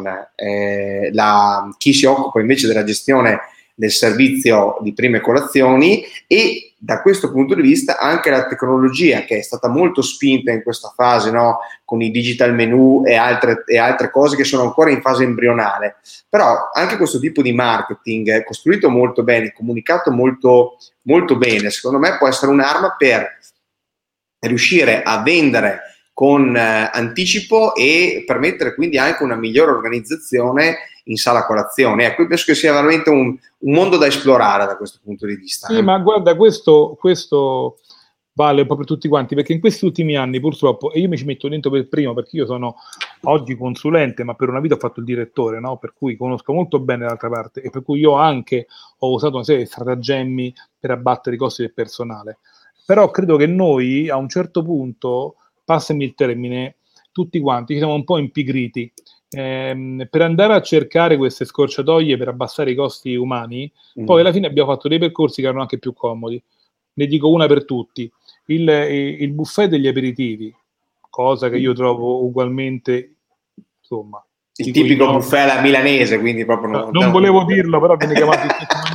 eh, la, chi si occupa invece della gestione del servizio di prime colazioni e da questo punto di vista anche la tecnologia che è stata molto spinta in questa fase no? con i digital menu e altre, e altre cose che sono ancora in fase embrionale, però anche questo tipo di marketing costruito molto bene, comunicato molto, molto bene, secondo me può essere un'arma per riuscire a vendere con eh, anticipo e permettere quindi anche una migliore organizzazione in sala colazione. Ecco, io penso che sia veramente un, un mondo da esplorare da questo punto di vista. Sì, eh. ma guarda, questo, questo vale un po' per tutti quanti, perché in questi ultimi anni purtroppo, e io mi ci metto dentro per primo perché io sono oggi consulente, ma per una vita ho fatto il direttore, no? Per cui conosco molto bene l'altra parte e per cui io anche ho usato una serie di stratagemmi per abbattere i costi del personale. Però credo che noi a un certo punto, passami il termine, tutti quanti ci siamo un po' impigriti. Ehm, per andare a cercare queste scorciatoie per abbassare i costi umani, mm. poi alla fine abbiamo fatto dei percorsi che erano anche più comodi. Ne dico una per tutti. Il, il buffet degli aperitivi, cosa che io trovo ugualmente, insomma... Il tipico buffet alla milanese, quindi proprio... Non, non volevo dirlo, però viene chiamato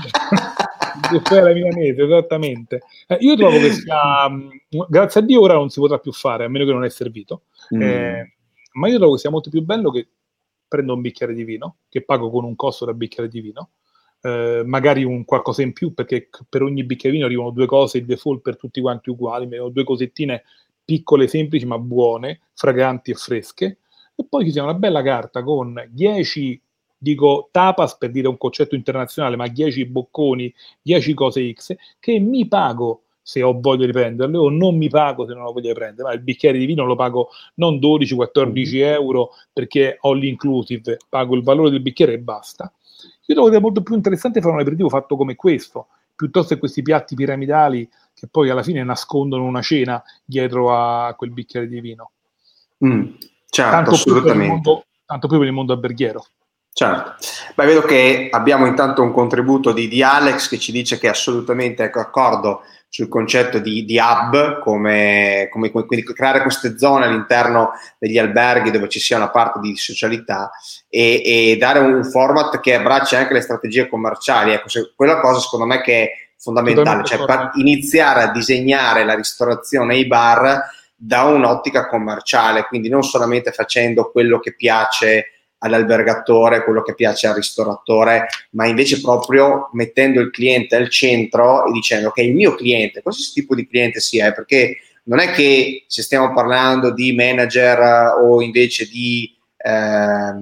il buffet alla milanese, esattamente. Eh, io trovo che sia... Grazie a Dio ora non si potrà più fare, a meno che non è servito. Mm. Eh, ma io trovo che sia molto più bello che prendo un bicchiere di vino, che pago con un costo da bicchiere di vino, eh, magari un qualcosa in più, perché per ogni bicchiere di vino arrivano due cose, il default per tutti quanti uguali, due cosettine piccole, semplici, ma buone, fraganti e fresche, e poi ci sia una bella carta con dieci, dico tapas per dire un concetto internazionale, ma dieci bocconi, dieci cose X, che mi pago se ho voglia di prenderle, o non mi pago se non ho voglia di prendere. Ma il bicchiere di vino lo pago non dodici quattordici mm-hmm. euro perché ho l'inclusive, pago il valore del bicchiere e basta. Io trovo che è molto più interessante fare un aperitivo fatto come questo, piuttosto che questi piatti piramidali che poi alla fine nascondono una cena dietro a quel bicchiere di vino. Mm, certo, tanto assolutamente. Più mondo, tanto più per il mondo alberghiero. Certo, beh, vedo che abbiamo intanto un contributo di, di Alex che ci dice che è assolutamente d'accordo sul concetto di, di hub, come, come quindi creare queste zone all'interno degli alberghi dove ci sia una parte di socialità e, e dare un format che abbraccia anche le strategie commerciali. Ecco, se, quella cosa secondo me che è fondamentale, cioè per iniziare a disegnare la ristorazione e i bar da un'ottica commerciale, quindi non solamente facendo quello che piace all'albergatore, quello che piace al ristoratore, ma invece proprio mettendo il cliente al centro e dicendo che il mio cliente, qualsiasi tipo di cliente sia, perché non è che se stiamo parlando di manager o invece di eh,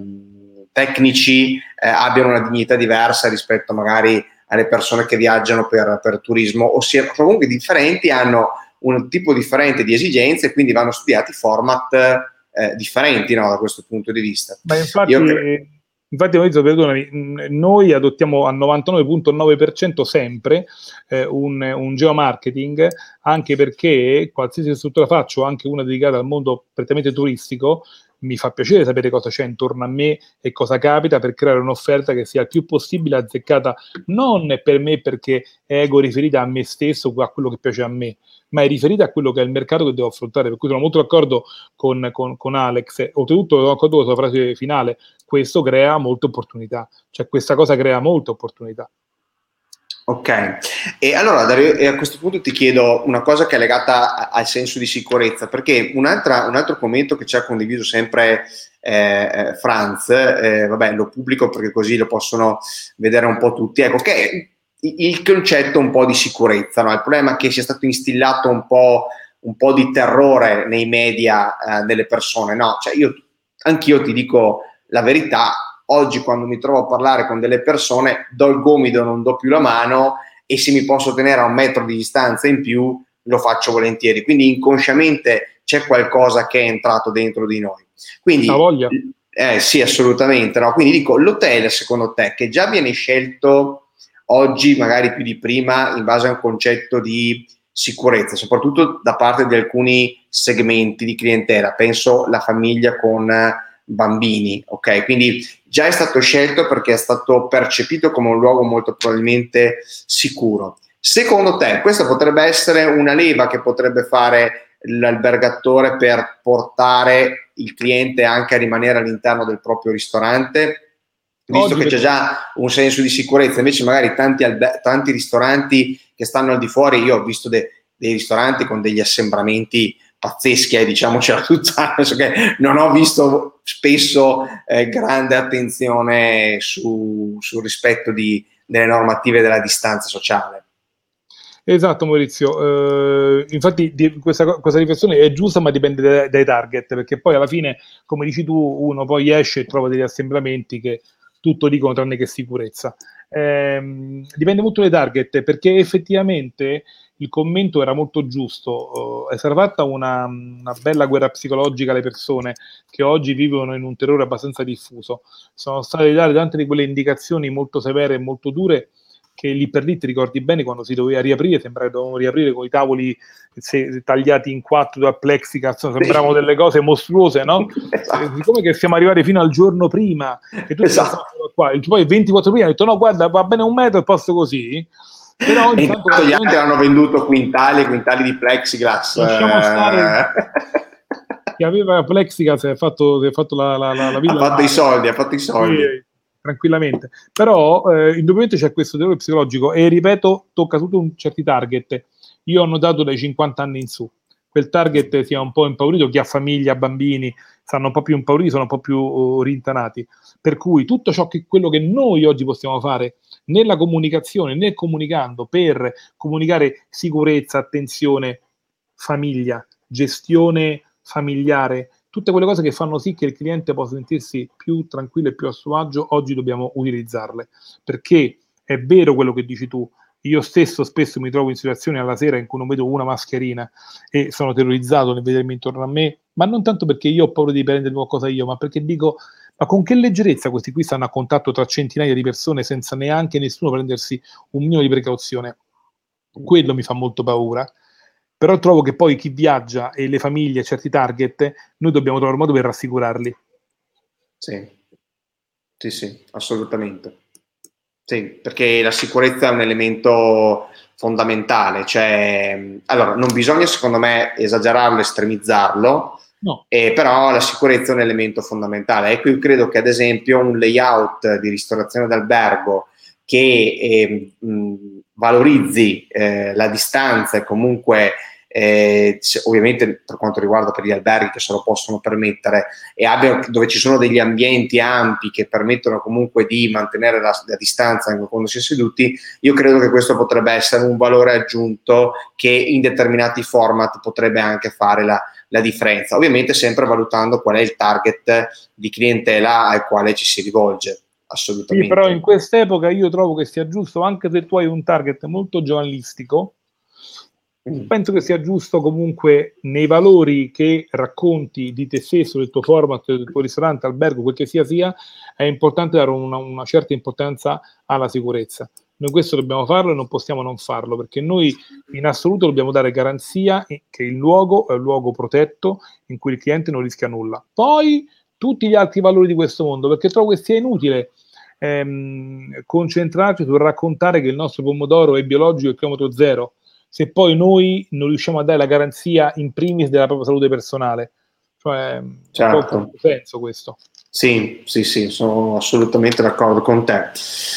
tecnici eh, abbiano una dignità diversa rispetto magari alle persone che viaggiano per, per turismo, ossia comunque differenti, hanno un tipo differente di esigenze e quindi vanno studiati format Eh, differenti, no, da questo punto di vista. Ma infatti, Io cre- infatti Maurizio, perdonami, noi adottiamo al novantanove virgola nove per cento sempre eh, un, un geomarketing, anche perché qualsiasi struttura faccio, anche una dedicata al mondo prettamente turistico, mi fa piacere sapere cosa c'è intorno a me e cosa capita per creare un'offerta che sia il più possibile azzeccata, non per me perché è ego riferita a me stesso o a quello che piace a me, ma è riferita a quello che è il mercato che devo affrontare. Per cui sono molto d'accordo con, con, con Alex. Oltretutto sono d'accordo con la sua frase finale: questo crea molte opportunità, cioè questa cosa crea molte opportunità. Ok, e allora Dario, e a questo punto ti chiedo una cosa che è legata al senso di sicurezza, perché un'altra, un altro commento che ci ha condiviso sempre eh, Franz, eh, vabbè, lo pubblico perché così lo possono vedere un po' tutti, ecco, che il concetto un po' di sicurezza, no? Il problema è che sia stato instillato un po', un po' di terrore nei media eh, delle persone, no? Cioè io, anch'io ti dico la verità, oggi quando mi trovo a parlare con delle persone do il gomito, non do più la mano, e se mi posso tenere a un metro di distanza in più lo faccio volentieri, quindi inconsciamente c'è qualcosa che è entrato dentro di noi. Quindi, la voglia. Eh, sì, assolutamente, no? Quindi dico, l'hotel secondo te, che già viene scelto oggi magari più di prima in base a un concetto di sicurezza, soprattutto da parte di alcuni segmenti di clientela, penso la famiglia con bambini, ok? Quindi già è stato scelto perché è stato percepito come un luogo molto probabilmente sicuro. Secondo te questa potrebbe essere una leva che potrebbe fare l'albergatore per portare il cliente anche a rimanere all'interno del proprio ristorante? Visto Oggi che c'è già un senso di sicurezza, invece magari tanti, alber- tanti ristoranti che stanno al di fuori, io ho visto de- dei ristoranti con degli assembramenti pazzeschi, eh, diciamocela tutta, che non ho visto spesso eh, grande attenzione su, sul rispetto di, delle normative della distanza sociale. Esatto Maurizio, eh, infatti di, questa, questa riflessione è giusta ma dipende dai, dai target, perché poi alla fine, come dici tu, uno poi esce e trova degli assemblamenti che tutto dicono tranne che sicurezza. Eh, dipende molto dai target, perché effettivamente il commento era molto giusto. Uh, è stata fatta una, una bella guerra psicologica alle persone che oggi vivono in un terrore abbastanza diffuso. Sono state date tante di quelle indicazioni molto severe e molto dure che lì per lì ti ricordi bene quando si doveva riaprire, sembrava che dovevamo riaprire con i tavoli se, tagliati in quattro da plexiglass, sembravano delle cose mostruose, no? Esatto. Siccome che siamo arrivati fino al giorno prima, che tu esatto. qua, e poi ventiquattro prima ha detto no guarda va bene un metro e posto così, però e intanto, intanto gli altri hanno venduto quintali e quintali di plexiglass. Lasciamo stare che aveva plexiglass e ha fatto, ha fatto la, la, la, la villa. Ha fatto i soldi, ha fatto i soldi. Sì, tranquillamente, però eh, indubbiamente c'è questo terrore psicologico e ripeto tocca tutto un certi target. Io ho notato dai cinquanta anni in su quel target sia un po' impaurito, chi ha famiglia, bambini stanno un po' più impauriti, sono un po' più uh, rintanati, per cui tutto ciò che quello che noi oggi possiamo fare nella comunicazione, nel comunicando per comunicare sicurezza, attenzione, famiglia, gestione familiare, tutte quelle cose che fanno sì che il cliente possa sentirsi più tranquillo e più a suo agio, oggi dobbiamo utilizzarle, perché è vero quello che dici tu, io stesso spesso mi trovo in situazioni alla sera in cui non vedo una mascherina e sono terrorizzato nel vedermi intorno a me, ma non tanto perché io ho paura di prendere qualcosa io, ma perché dico, ma con che leggerezza questi qui stanno a contatto tra centinaia di persone senza neanche nessuno prendersi un minimo di precauzione? Quello mi fa molto paura. Però trovo che poi chi viaggia e le famiglie, certi target, noi dobbiamo trovare un modo per rassicurarli. Sì, sì, sì, assolutamente. Sì, perché la sicurezza è un elemento fondamentale, cioè, allora, non bisogna secondo me esagerarlo, estremizzarlo, no. eh, però la sicurezza è un elemento fondamentale. Ecco, io credo che ad esempio un layout di ristorazione d'albergo che eh, mh, valorizzi eh, la distanza e comunque eh, ovviamente per quanto riguarda per gli alberghi che se lo possono permettere e abbia, dove ci sono degli ambienti ampi che permettono comunque di mantenere la, la distanza anche quando si è seduti, io credo che questo potrebbe essere un valore aggiunto che in determinati format potrebbe anche fare la, la differenza, ovviamente sempre valutando qual è il target di clientela al quale ci si rivolge. Assolutamente. Sì, però in quest'epoca io trovo che sia giusto, anche se tu hai un target molto giornalistico, mm. penso che sia giusto comunque nei valori che racconti di te stesso, del tuo format, del tuo ristorante, albergo, quel che sia sia, è importante dare una, una certa importanza alla sicurezza. Noi questo dobbiamo farlo e non possiamo non farlo, perché noi in assoluto dobbiamo dare garanzia che il luogo è un luogo protetto in cui il cliente non rischia nulla. Poi tutti gli altri valori di questo mondo, perché trovo che sia inutile ehm, concentrarci sul raccontare che il nostro pomodoro è biologico e chilometro zero, se poi noi non riusciamo a dare la garanzia in primis della propria salute personale. Cioè, certo. Ha senso questo. Sì, sì, sì, sono assolutamente d'accordo con te.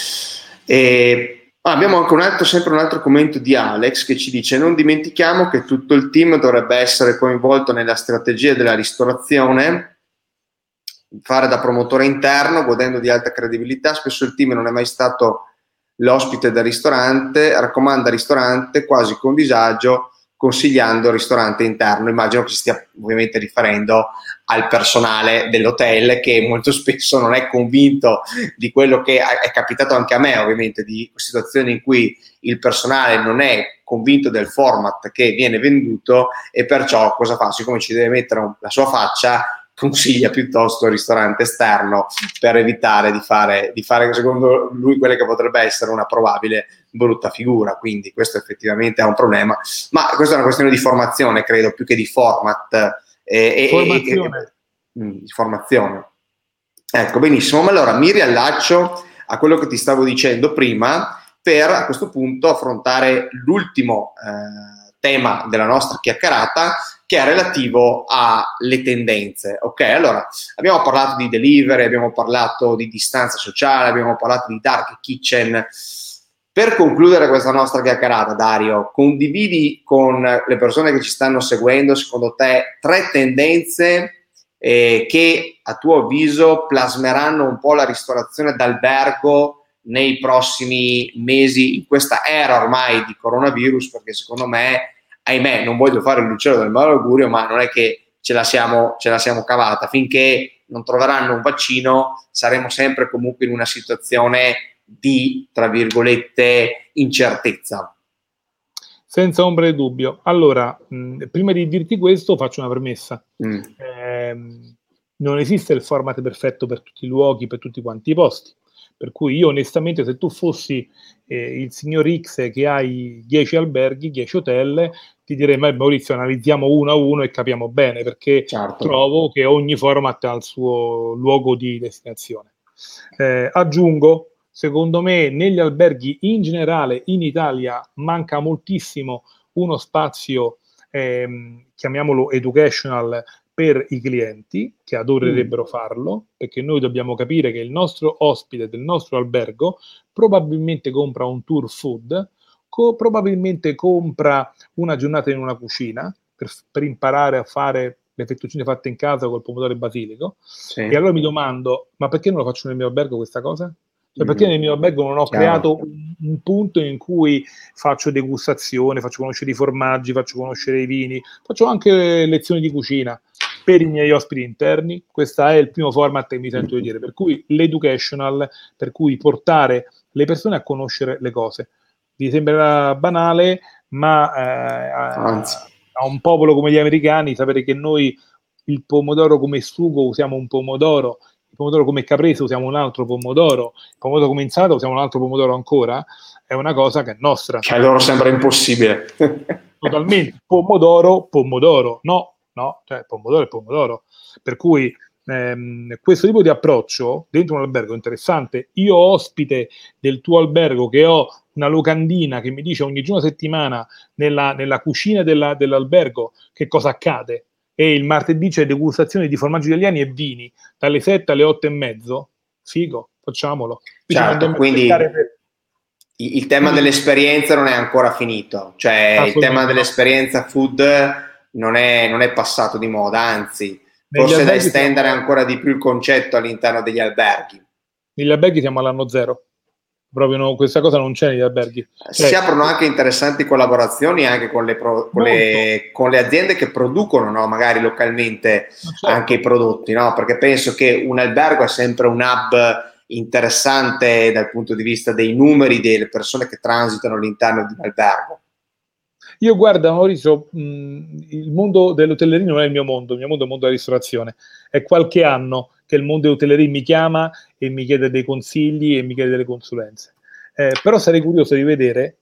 E abbiamo anche un altro, sempre un altro commento di Alex che ci dice: non dimentichiamo che tutto il team dovrebbe essere coinvolto nella strategia della ristorazione, fare da promotore interno, godendo di alta credibilità. Spesso il team non è mai stato l'ospite del ristorante, raccomanda ristorante quasi con disagio, consigliando il ristorante interno. Immagino che si stia ovviamente riferendo al personale dell'hotel che molto spesso non è convinto di quello che è capitato anche a me, ovviamente, di situazioni in cui il personale non è convinto del format che viene venduto e perciò cosa fa? Siccome ci deve mettere la sua faccia, consiglia piuttosto il ristorante esterno per evitare di fare, di fare secondo lui quella che potrebbe essere una probabile brutta figura. Quindi questo effettivamente è un problema, ma questa è una questione di formazione, credo, più che di format eh, formazione. E, e, e, di formazione. Ecco, benissimo, ma allora mi riallaccio a quello che ti stavo dicendo prima per a questo punto affrontare l'ultimo eh, tema della nostra chiacchierata, che è relativo alle tendenze. Ok, allora abbiamo parlato di delivery, abbiamo parlato di distanza sociale, abbiamo parlato di dark kitchen. Per concludere questa nostra chiacchierata, Dario, condividi con le persone che ci stanno seguendo, secondo te, tre tendenze eh, che a tuo avviso plasmeranno un po' la ristorazione d'albergo nei prossimi mesi, in questa era ormai di coronavirus, perché secondo me, ahimè, non voglio fare l'uccello del malaugurio, ma non è che ce la siamo, ce la siamo cavata. Finché non troveranno un vaccino, saremo sempre comunque in una situazione di, tra virgolette, incertezza. Senza ombra di dubbio. Allora, mh, prima di dirti questo faccio una premessa. Mm. Eh, non esiste il format perfetto per tutti i luoghi, per tutti quanti i posti. Per cui io onestamente, se tu fossi eh, il signor X che hai dieci alberghi, dieci hotel, ti direi, ma Maurizio, analizziamo uno a uno e capiamo bene, perché Certo. trovo che ogni format ha il suo luogo di destinazione. Eh, aggiungo, secondo me, negli alberghi in generale in Italia manca moltissimo uno spazio, ehm, chiamiamolo educational, per i clienti che adorerebbero farlo, perché noi dobbiamo capire che il nostro ospite del nostro albergo probabilmente compra un tour food, co- probabilmente compra una giornata in una cucina per, per imparare a fare le fettuccine fatte in casa col pomodoro e basilico. Sì. E allora mi domando, ma perché non lo faccio nel mio albergo questa cosa? Cioè, perché Mm. nel mio albergo non ho Chiaro. creato un, un punto in cui faccio degustazione, faccio conoscere i formaggi, faccio conoscere i vini, faccio anche lezioni di cucina per i miei ospiti interni. Questo è il primo format che mi sento di dire, per cui l'educational, per cui portare le persone a conoscere le cose. Vi sembrerà banale, ma eh, Anzi. a, a un popolo come gli americani sapere che noi il pomodoro come sugo usiamo un pomodoro, il pomodoro come caprese usiamo un altro pomodoro, il pomodoro come insalata usiamo un altro pomodoro ancora, è una cosa che è nostra. Che a loro sembra impossibile. Totalmente, pomodoro, pomodoro, no, no, cioè pomodoro è pomodoro. Per cui ehm, questo tipo di approccio dentro un albergo è interessante. Io ospite del tuo albergo che ho una locandina che mi dice ogni giorno a settimana nella, nella cucina della, dell'albergo che cosa accade, e il martedì c'è degustazione di formaggi italiani e vini dalle sette alle otto e mezzo, figo, facciamolo. Qui ci Certo, mandiamo a cercare quindi per... il il tema Quindi, dell'esperienza non è ancora finito, cioè il tema assolutamente no. dell'esperienza food non è, non è passato di moda, anzi, Negli forse è da alberghi estendere siamo, ancora di più il concetto all'interno degli alberghi. negli alberghi siamo all'anno zero. Proprio no, questa cosa non c'è negli alberghi. Si Cioè, aprono anche interessanti collaborazioni anche con le, pro- con molto. le- con le aziende che producono, no, magari localmente Ma anche certo. i prodotti, no? Perché penso che un albergo è sempre un hub interessante dal punto di vista dei numeri delle persone che transitano all'interno di un albergo. Io guarda Maurizio, mh, il mondo dell'hotelleria non è il mio mondo, il mio mondo è il mondo della ristorazione. È qualche anno che il mondo dell'hotelleria mi chiama e mi chiede dei consigli e mi chiede delle consulenze. Eh, però sarei curioso di vedere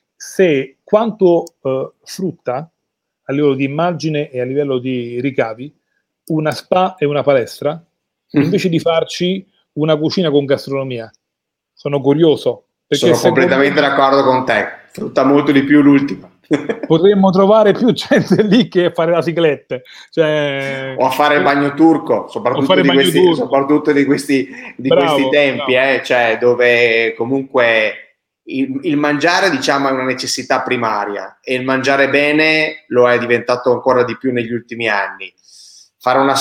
se quanto eh, frutta a livello di immagine e a livello di ricavi una spa e una palestra invece di farci una cucina con gastronomia. Sono curioso perché Sono secondo completamente me d'accordo con te, frutta molto di più l'ultima. potremmo trovare più gente lì che fare la ciclette, cioè, O a fare il bagno turco, o soprattutto fare di bagno questi, turco. soprattutto di questi, di questi Bravo, tempi, bravo. eh, cioè dove comunque il, il mangiare, diciamo, è una necessità primaria e il mangiare bene lo è diventato ancora di più negli ultimi anni. Fare una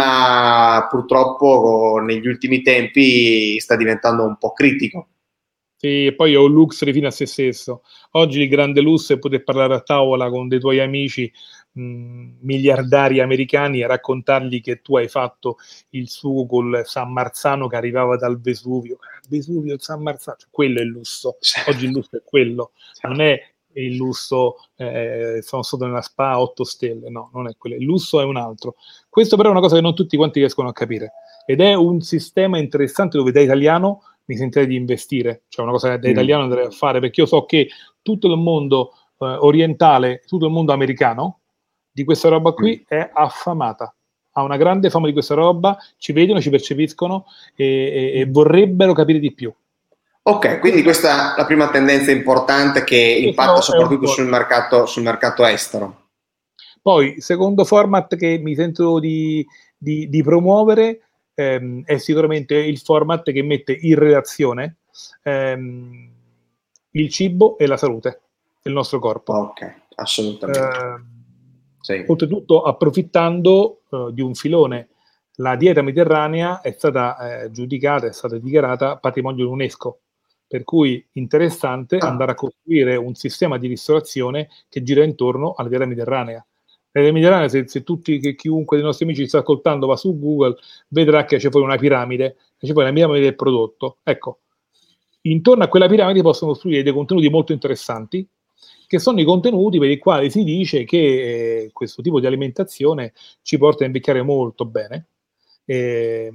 sauna purtroppo negli ultimi tempi sta diventando un po' critico. Sì, e poi è un luxury fino a se stesso. Oggi il grande lusso è poter parlare a tavola con dei tuoi amici mh, miliardari americani e raccontargli che tu hai fatto il suo col San Marzano che arrivava dal Vesuvio. Vesuvio, il San Marzano, cioè, quello è il lusso. Oggi il lusso è quello, non è il lusso, eh, sono stato nella spa a otto stelle, no, non è quello. Il lusso è un altro. Questo però è una cosa che non tutti quanti riescono a capire ed è un sistema interessante dove da italiano mi sentirei di investire, cioè una cosa che da italiano andrei a fare, perché io so che tutto il mondo eh, orientale, tutto il mondo americano di questa roba qui è affamata, ha una grande fama di questa roba, ci vedono, ci percepiscono e, e, e vorrebbero capire di più. Ok, quindi Questo, questa è la prima tendenza importante che impatta questo è un soprattutto po'. sul mercato, sul mercato estero. Poi, secondo format che mi sento di, di, di promuovere ehm, è sicuramente il format che mette in relazione ehm, il cibo e la salute del nostro corpo. Ok, assolutamente. Eh, Sì. Oltretutto, approfittando eh, di un filone, la dieta mediterranea è stata eh, giudicata, è stata dichiarata patrimonio dell'UNESCO. Per cui interessante Ah, andare a costruire un sistema di ristorazione che gira intorno alla dieta mediterranea. La dieta mediterranea, se, se tutti, che chiunque dei nostri amici sta ascoltando va su Google, vedrà che c'è poi una piramide, c'è poi la piramide del prodotto. Ecco, intorno a quella piramide possono costruire dei contenuti molto interessanti che sono i contenuti per i quali si dice che eh, questo tipo di alimentazione ci porta a invecchiare molto bene, eh,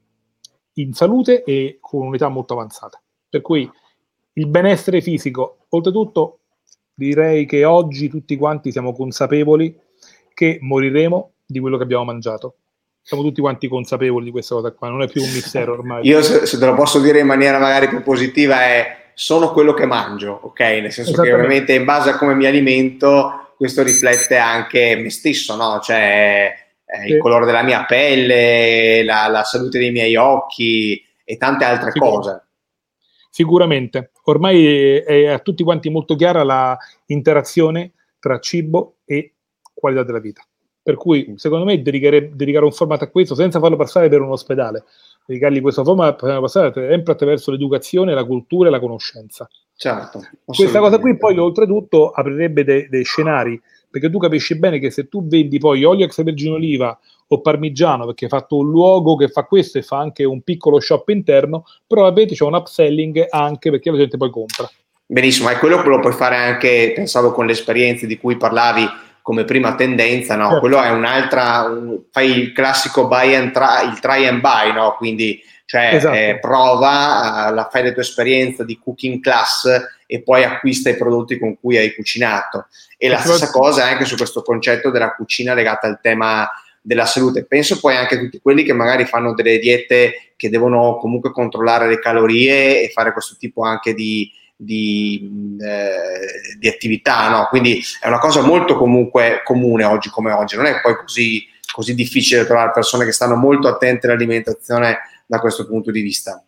in salute e con un'età molto avanzata. Per cui il benessere fisico, oltretutto direi che oggi tutti quanti siamo consapevoli che moriremo di quello che abbiamo mangiato. Siamo tutti quanti consapevoli di questa cosa qua, non è più un mistero ormai. Io se, se te lo posso dire in maniera magari più positiva è sono quello che mangio, ok? Nel senso che ovviamente in base a come mi alimento questo riflette anche me stesso, no? Cioè eh, sì. il colore della mia pelle, la, la salute dei miei occhi e tante altre Sicur- cose. Sicuramente. Ormai è, è a tutti quanti molto chiara la interazione tra cibo e qualità della vita. Per cui, secondo me, dedicare, dedicare un format a questo senza farlo passare per un ospedale, dedicargli questo format per passare sempre attraverso l'educazione, la cultura e la conoscenza. Certo. Questa cosa qui poi, oltretutto, aprirebbe dei, dei scenari, perché tu capisci bene che se tu vendi poi olio extravergine oliva o parmigiano, perché hai fatto un luogo che fa questo e fa anche un piccolo shop interno, probabilmente c'è un upselling anche perché la gente poi compra. Benissimo, e quello lo puoi fare anche, pensavo, con le esperienze di cui parlavi come prima tendenza, no? Certo. Quello è un'altra, un, fai il classico buy and try, il try and buy, no? Quindi, cioè, esatto. eh, prova, la fai la tua esperienza di cooking class e poi acquista i prodotti con cui hai cucinato. E la stessa cosa anche su questo concetto della cucina legata al tema della salute. Penso poi anche a tutti quelli che magari fanno delle diete che devono comunque controllare le calorie e fare questo tipo anche di Di, eh, di attività, no? Quindi è una cosa molto comunque comune oggi come oggi, non è poi così, così difficile trovare persone che stanno molto attente all'alimentazione da questo punto di vista.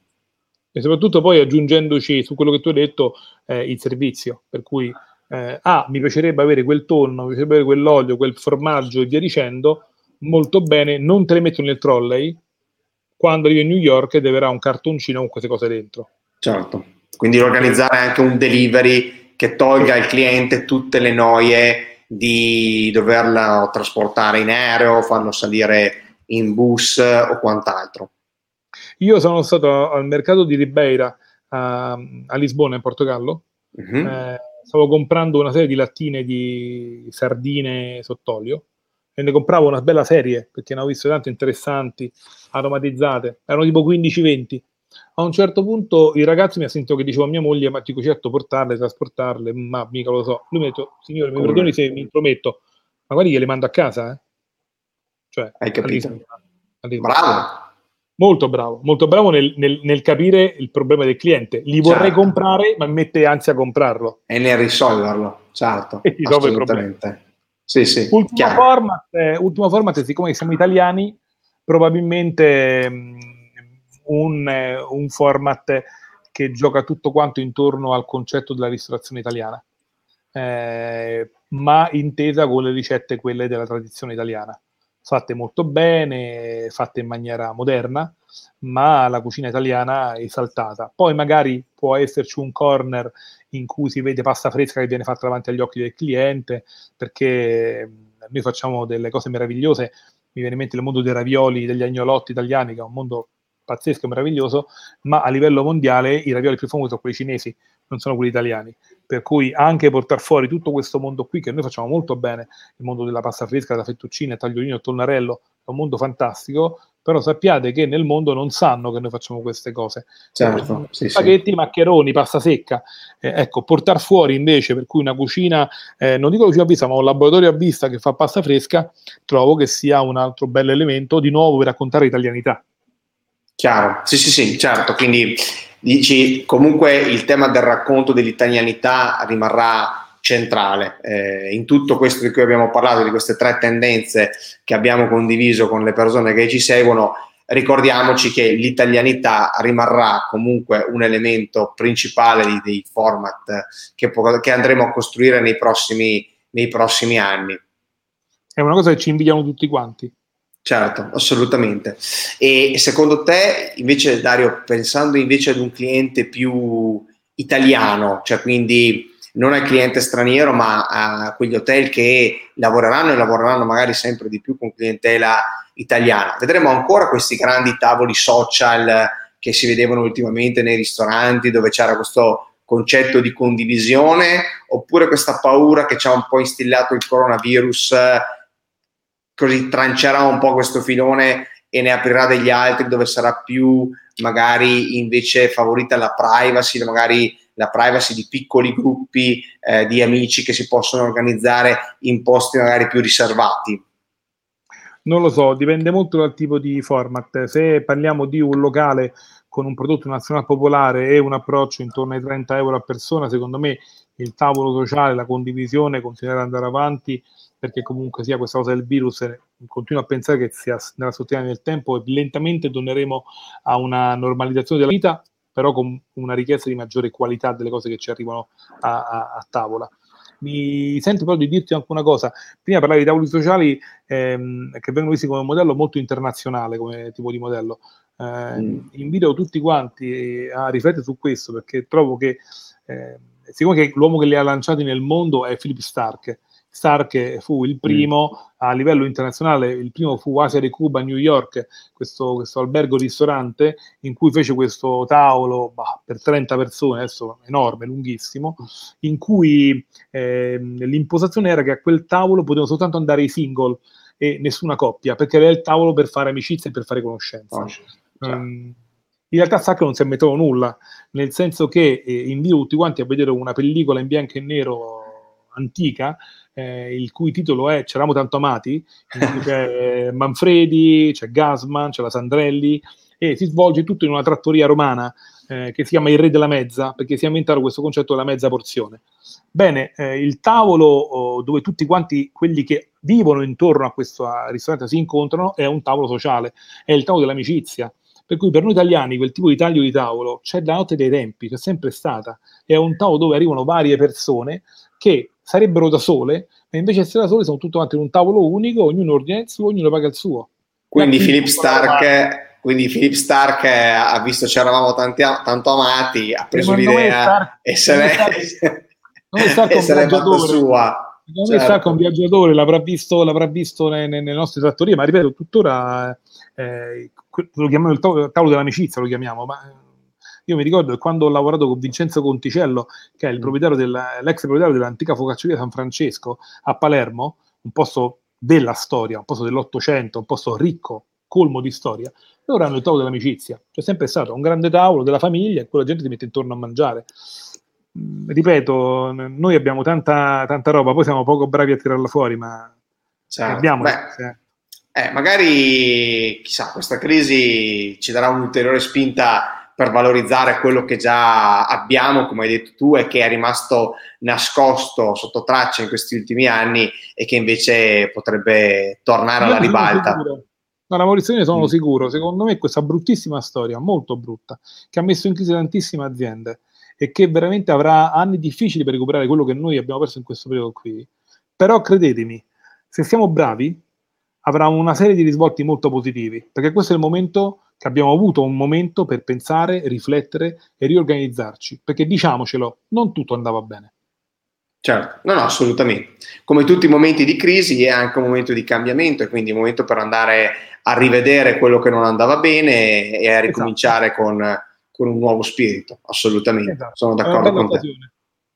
E soprattutto poi aggiungendoci su quello che tu hai detto eh, il servizio, per cui eh, ah, mi piacerebbe avere quel tonno, mi piacerebbe avere quell'olio, quel formaggio e via dicendo, molto bene, non te le metto nel trolley, quando arrivi a New York deve avere un cartoncino con queste cose dentro. Certo. Quindi organizzare anche un delivery che tolga al cliente tutte le noie di doverla trasportare in aereo, farlo salire in bus o quant'altro. Io sono stato al mercato di Ribeira a, a Lisbona, in Portogallo. Uh-huh. Eh, stavo comprando una serie di lattine di sardine sott'olio e ne compravo una bella serie perché ne ho viste tante interessanti, aromatizzate, erano tipo quindici venti. A un certo punto il ragazzo mi ha sentito che dicevo a mia moglie: ma dico, certo, portarle, trasportarle, ma mica lo so. Lui mi ha detto: signore, mi perdoni se mi intrometto, ma guardi che le mando a casa, eh? Cioè, hai capito? All'Isbona, all'Isbona. Bravo. Molto bravo, molto bravo nel, nel, nel capire il problema del cliente. Li vorrei certo. comprare, ma mi mette ansia a comprarlo. E nel risolverlo, certo. E ti trovo il problema. Sì, sì. Ultimo format, eh, ultimo format, siccome siamo italiani, probabilmente mh, un, eh, un format che gioca tutto quanto intorno al concetto della ristorazione italiana, eh, ma intesa con le ricette quelle della tradizione italiana. Fatte molto bene, fatte in maniera moderna, ma la cucina italiana è esaltata. Poi magari può esserci un corner in cui si vede pasta fresca che viene fatta davanti agli occhi del cliente, perché noi facciamo delle cose meravigliose. Mi viene in mente il mondo dei ravioli, degli agnolotti italiani, che è un mondo pazzesco e meraviglioso, ma a livello mondiale i ravioli più famosi sono quelli cinesi, non sono quelli italiani. Per cui anche portare fuori tutto questo mondo qui, che noi facciamo molto bene, il mondo della pasta fresca, della fettuccina, il tagliolino, il tonnarello, è un mondo fantastico, però sappiate che nel mondo non sanno che noi facciamo queste cose. Certo, eh, sì, spaghetti, sì. maccheroni, pasta secca. Eh, ecco, portare fuori invece, per cui una cucina, eh, non dico cucina a vista, ma un laboratorio a vista che fa pasta fresca, trovo che sia un altro bel elemento, di nuovo per raccontare italianità. Chiaro, sì, sì, sì, certo. Quindi dici comunque il tema del racconto dell'italianità rimarrà centrale eh, in tutto questo di cui abbiamo parlato, di queste tre tendenze che abbiamo condiviso con le persone che ci seguono. Ricordiamoci che l'italianità rimarrà comunque un elemento principale di, dei format che, che andremo a costruire nei prossimi, nei prossimi anni. È una cosa che ci invidiano tutti quanti. Certo, assolutamente. E secondo te, invece, Dario, pensando invece ad un cliente più italiano, cioè quindi non al cliente straniero, ma a quegli hotel che lavoreranno e lavoreranno magari sempre di più con clientela italiana, vedremo ancora questi grandi tavoli social che si vedevano ultimamente nei ristoranti, dove c'era questo concetto di condivisione, oppure questa paura che ci ha un po' instillato il coronavirus eh, così trancerà un po' questo filone e ne aprirà degli altri dove sarà più magari invece favorita la privacy, magari la privacy di piccoli gruppi eh, di amici che si possono organizzare in posti magari più riservati? Non lo so, dipende molto dal tipo di format. Se parliamo di un locale con un prodotto nazionale popolare e un approccio intorno ai trenta euro a persona, secondo me il tavolo sociale, la condivisione continuerà ad andare avanti, perché comunque sia questa cosa del virus, continuo a pensare che sia nella sottilità nel tempo e lentamente torneremo a una normalizzazione della vita, però con una richiesta di maggiore qualità delle cose che ci arrivano a, a, a tavola. Mi sento però di dirti anche una cosa. Prima parlavi di tavoli sociali ehm, che vengono visti come un modello molto internazionale, come tipo di modello. Eh, mm. Invito tutti quanti a riflettere su questo, perché trovo che eh, siccome che l'uomo che li ha lanciati nel mondo è Philip Stark. Stark fu il primo mm. a livello internazionale, il primo fu Asia di Cuba a New York, questo, questo albergo-ristorante in cui fece questo tavolo bah, per trenta persone, adesso enorme, lunghissimo, in cui eh, l'impostazione era che a quel tavolo potevano soltanto andare i single e nessuna coppia, perché era il tavolo per fare amicizia e per fare conoscenza. Oh, um, in realtà Stark non si è messo nulla, nel senso che eh, invito tutti quanti a vedere una pellicola in bianco e nero antica, eh, il cui titolo è C'eravamo tanto amati, in cui c'è Manfredi, c'è Gassman, c'è la Sandrelli, e si svolge tutto in una trattoria romana eh, che si chiama Il Re della Mezza, perché si inventarono questo concetto della mezza porzione. Bene, eh, il tavolo oh, dove tutti quanti quelli che vivono intorno a questo ristorante si incontrano è un tavolo sociale, è il tavolo dell'amicizia. Per cui per noi italiani quel tipo di taglio di tavolo c'è da notte dei tempi, c'è sempre stata. È un tavolo dove arrivano varie persone che sarebbero da sole, ma invece essere da sole sono tutti quanti in un tavolo unico, ognuno ordina il suo, ognuno paga il suo. Quindi Philip Stark, quindi Philip Stark ha visto C'eravamo tanti, tanto amati, ha preso l'idea Stark, e se l'è fatto sua. Secondo me Stark è un viaggiatore, l'avrà visto, l'avrà visto nelle, nelle nostre trattorie, ma ripeto, tuttora eh, lo chiamiamo il tavolo, il tavolo dell'amicizia, lo chiamiamo, ma io mi ricordo che quando ho lavorato con Vincenzo Conticello, che è il proprietario della, l'ex proprietario dell'antica focacceria San Francesco a Palermo, un posto della storia, un posto dell'Ottocento, un posto ricco, colmo di storia, loro hanno il tavolo dell'amicizia. C'è sempre stato un grande tavolo della famiglia e quella gente si mette intorno a mangiare. Ripeto, noi abbiamo tanta, tanta roba, poi siamo poco bravi a tirarla fuori, ma certo. abbiamo... Beh, eh. Eh, magari, chissà, questa crisi ci darà un'ulteriore spinta per valorizzare quello che già abbiamo, come hai detto tu, e che è rimasto nascosto sotto traccia in questi ultimi anni e che invece potrebbe tornare alla ribalta. No, la Maurizio, ne sono mm. sicuro. Secondo me questa bruttissima storia, molto brutta, che ha messo in crisi tantissime aziende e che veramente avrà anni difficili per recuperare quello che noi abbiamo perso in questo periodo qui. Però credetemi, se siamo bravi, avrà una serie di risvolti molto positivi, perché questo è il momento che abbiamo avuto, un momento per pensare, riflettere e riorganizzarci, perché diciamocelo, non tutto andava bene. Certo, no, no, assolutamente. Come tutti i momenti di crisi è anche un momento di cambiamento e quindi un momento per andare a rivedere quello che non andava bene e a ricominciare esatto. con, con un nuovo spirito, assolutamente, esatto. Sono d'accordo con occasione.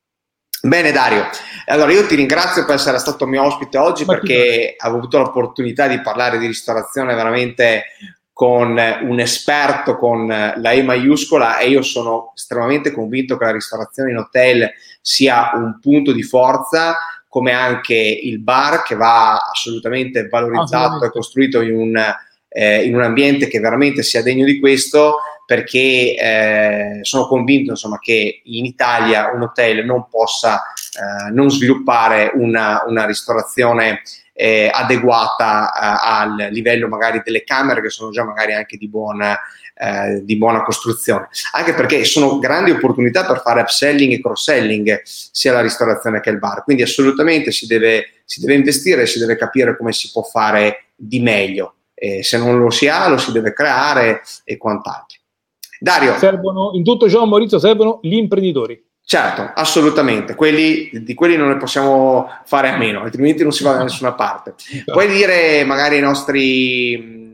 te. Bene Dario, allora io ti ringrazio per essere stato mio ospite oggi Ma perché avevo avuto l'opportunità di parlare di ristorazione veramente con un esperto con la E maiuscola e io sono estremamente convinto che la ristorazione in hotel sia un punto di forza, come anche il bar, che va assolutamente valorizzato assolutamente. e costruito in un, eh, in un ambiente che veramente sia degno di questo, perché eh, sono convinto insomma che in Italia un hotel non possa eh, non sviluppare una, una ristorazione Eh, adeguata eh, al livello magari delle camere che sono già magari anche di buona, eh, di buona costruzione, anche perché sono grandi opportunità per fare upselling e cross-selling sia la ristorazione che il bar, quindi assolutamente si deve, si deve investire, si deve capire come si può fare di meglio, eh, se non lo si ha lo si deve creare e quant'altro. Dario, servono, in tutto ciò Maurizio servono gli imprenditori. Certo, assolutamente, quelli, di quelli non ne possiamo fare a meno, altrimenti non si va da nessuna parte. Puoi dire magari ai nostri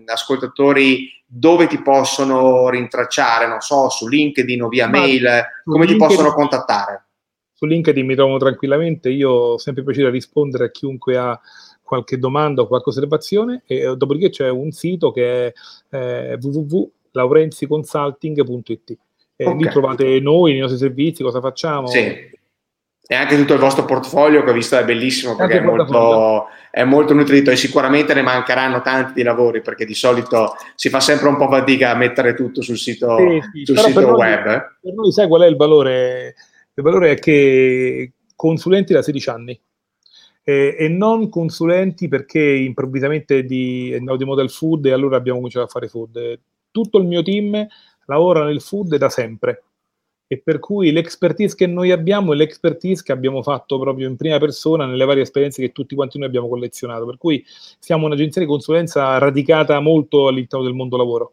ascoltatori dove ti possono rintracciare, non so, su LinkedIn o via Ma mail, su come ti LinkedIn- possono contattare? Su LinkedIn mi trovo tranquillamente, io ho sempre piacere a rispondere a chiunque ha qualche domanda o qualche osservazione, e eh, dopodiché c'è un sito che è eh, w w w punto laurenziconsulting punto i t. Eh, Lì Ok. trovate noi, i nostri servizi, cosa facciamo. Sì. E anche tutto il vostro portfolio, che ho visto è bellissimo, perché Anche è il portafoglio. molto, è molto nutrito, e sicuramente ne mancheranno tanti di lavori, perché di solito si fa sempre un po' fatica a mettere tutto sul sito, Sì, sì, sul però per sito noi, web. eh. per noi sai qual è il valore? Il valore è che consulenti da sedici anni eh, e non consulenti perché improvvisamente di, è andato di moda il food e allora abbiamo cominciato a fare food. Eh, Tutto il mio team lavora nel food da sempre, e per cui l'expertise che noi abbiamo è l'expertise che abbiamo fatto proprio in prima persona nelle varie esperienze che tutti quanti noi abbiamo collezionato. Per cui siamo un'agenzia di consulenza radicata molto all'interno del mondo lavoro.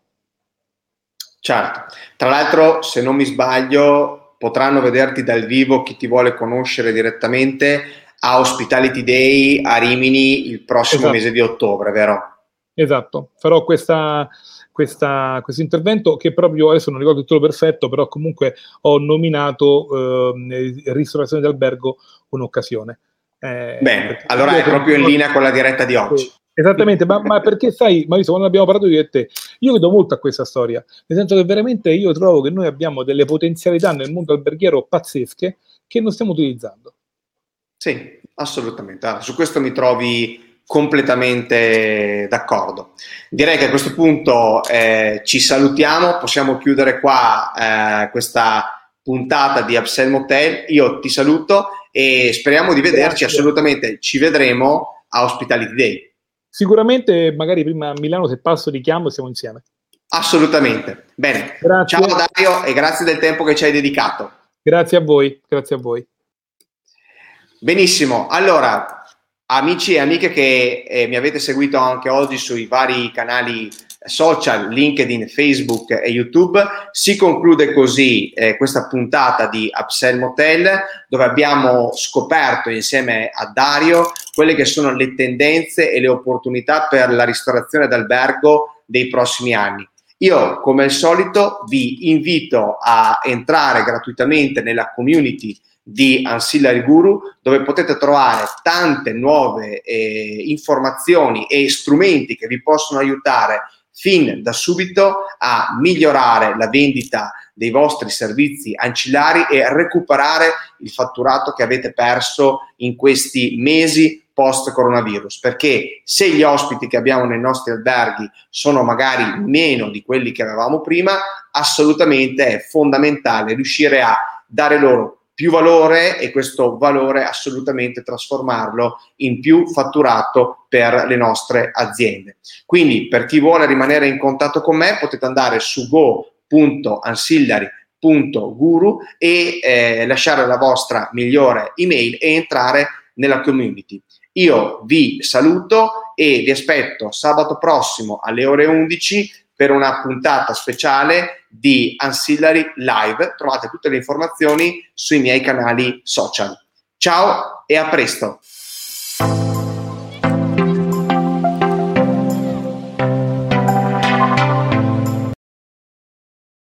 Certo. Tra l'altro, se non mi sbaglio, potranno vederti dal vivo chi ti vuole conoscere direttamente a Hospitality Day a Rimini il prossimo Esatto. mese di ottobre, vero? Esatto, farò questa, questa, questo intervento che proprio, adesso non ricordo il titolo perfetto, però comunque ho nominato eh, ristorazione d'albergo un'occasione. Eh, Bene, allora io è proprio in credo- linea con la diretta di oggi. Sì, esattamente, ma, ma perché sai, Maurizio, quando abbiamo parlato io e te, io credo molto a questa storia, nel senso che veramente io trovo che noi abbiamo delle potenzialità nel mondo alberghiero pazzesche che non stiamo utilizzando. Sì, assolutamente. Allora, su questo mi trovi completamente d'accordo. Direi che a questo punto eh, ci salutiamo, possiamo chiudere qua eh, questa puntata di Upsell Motel. Io ti saluto e speriamo di vederci. Grazie. Assolutamente, ci vedremo a Hospitality Day. Sicuramente, magari prima a Milano, se passo ti chiamo e siamo insieme. Assolutamente. Bene. Grazie. Ciao Dario e grazie del tempo che ci hai dedicato. Grazie a voi, grazie a voi. Benissimo, allora amici e amiche che eh, mi avete seguito anche oggi sui vari canali social, LinkedIn, Facebook e YouTube, si conclude così eh, questa puntata di Upsell Motel, dove abbiamo scoperto insieme a Dario quelle che sono le tendenze e le opportunità per la ristorazione d'albergo dei prossimi anni. Io, come al solito, vi invito a entrare gratuitamente nella community di Ancillary Guru, dove potete trovare tante nuove eh, informazioni e strumenti che vi possono aiutare fin da subito a migliorare la vendita dei vostri servizi ancillari e recuperare il fatturato che avete perso in questi mesi post coronavirus, perché se gli ospiti che abbiamo nei nostri alberghi sono magari meno di quelli che avevamo prima, assolutamente è fondamentale riuscire a dare loro più valore e questo valore assolutamente trasformarlo in più fatturato per le nostre aziende. Quindi per chi vuole rimanere in contatto con me potete andare su go punto ancillary punto guru e eh, lasciare la vostra migliore email e entrare nella community. Io vi saluto e vi aspetto sabato prossimo alle ore undici per una puntata speciale di Ancillary Live. Trovate tutte le informazioni sui miei canali social. Ciao e a presto!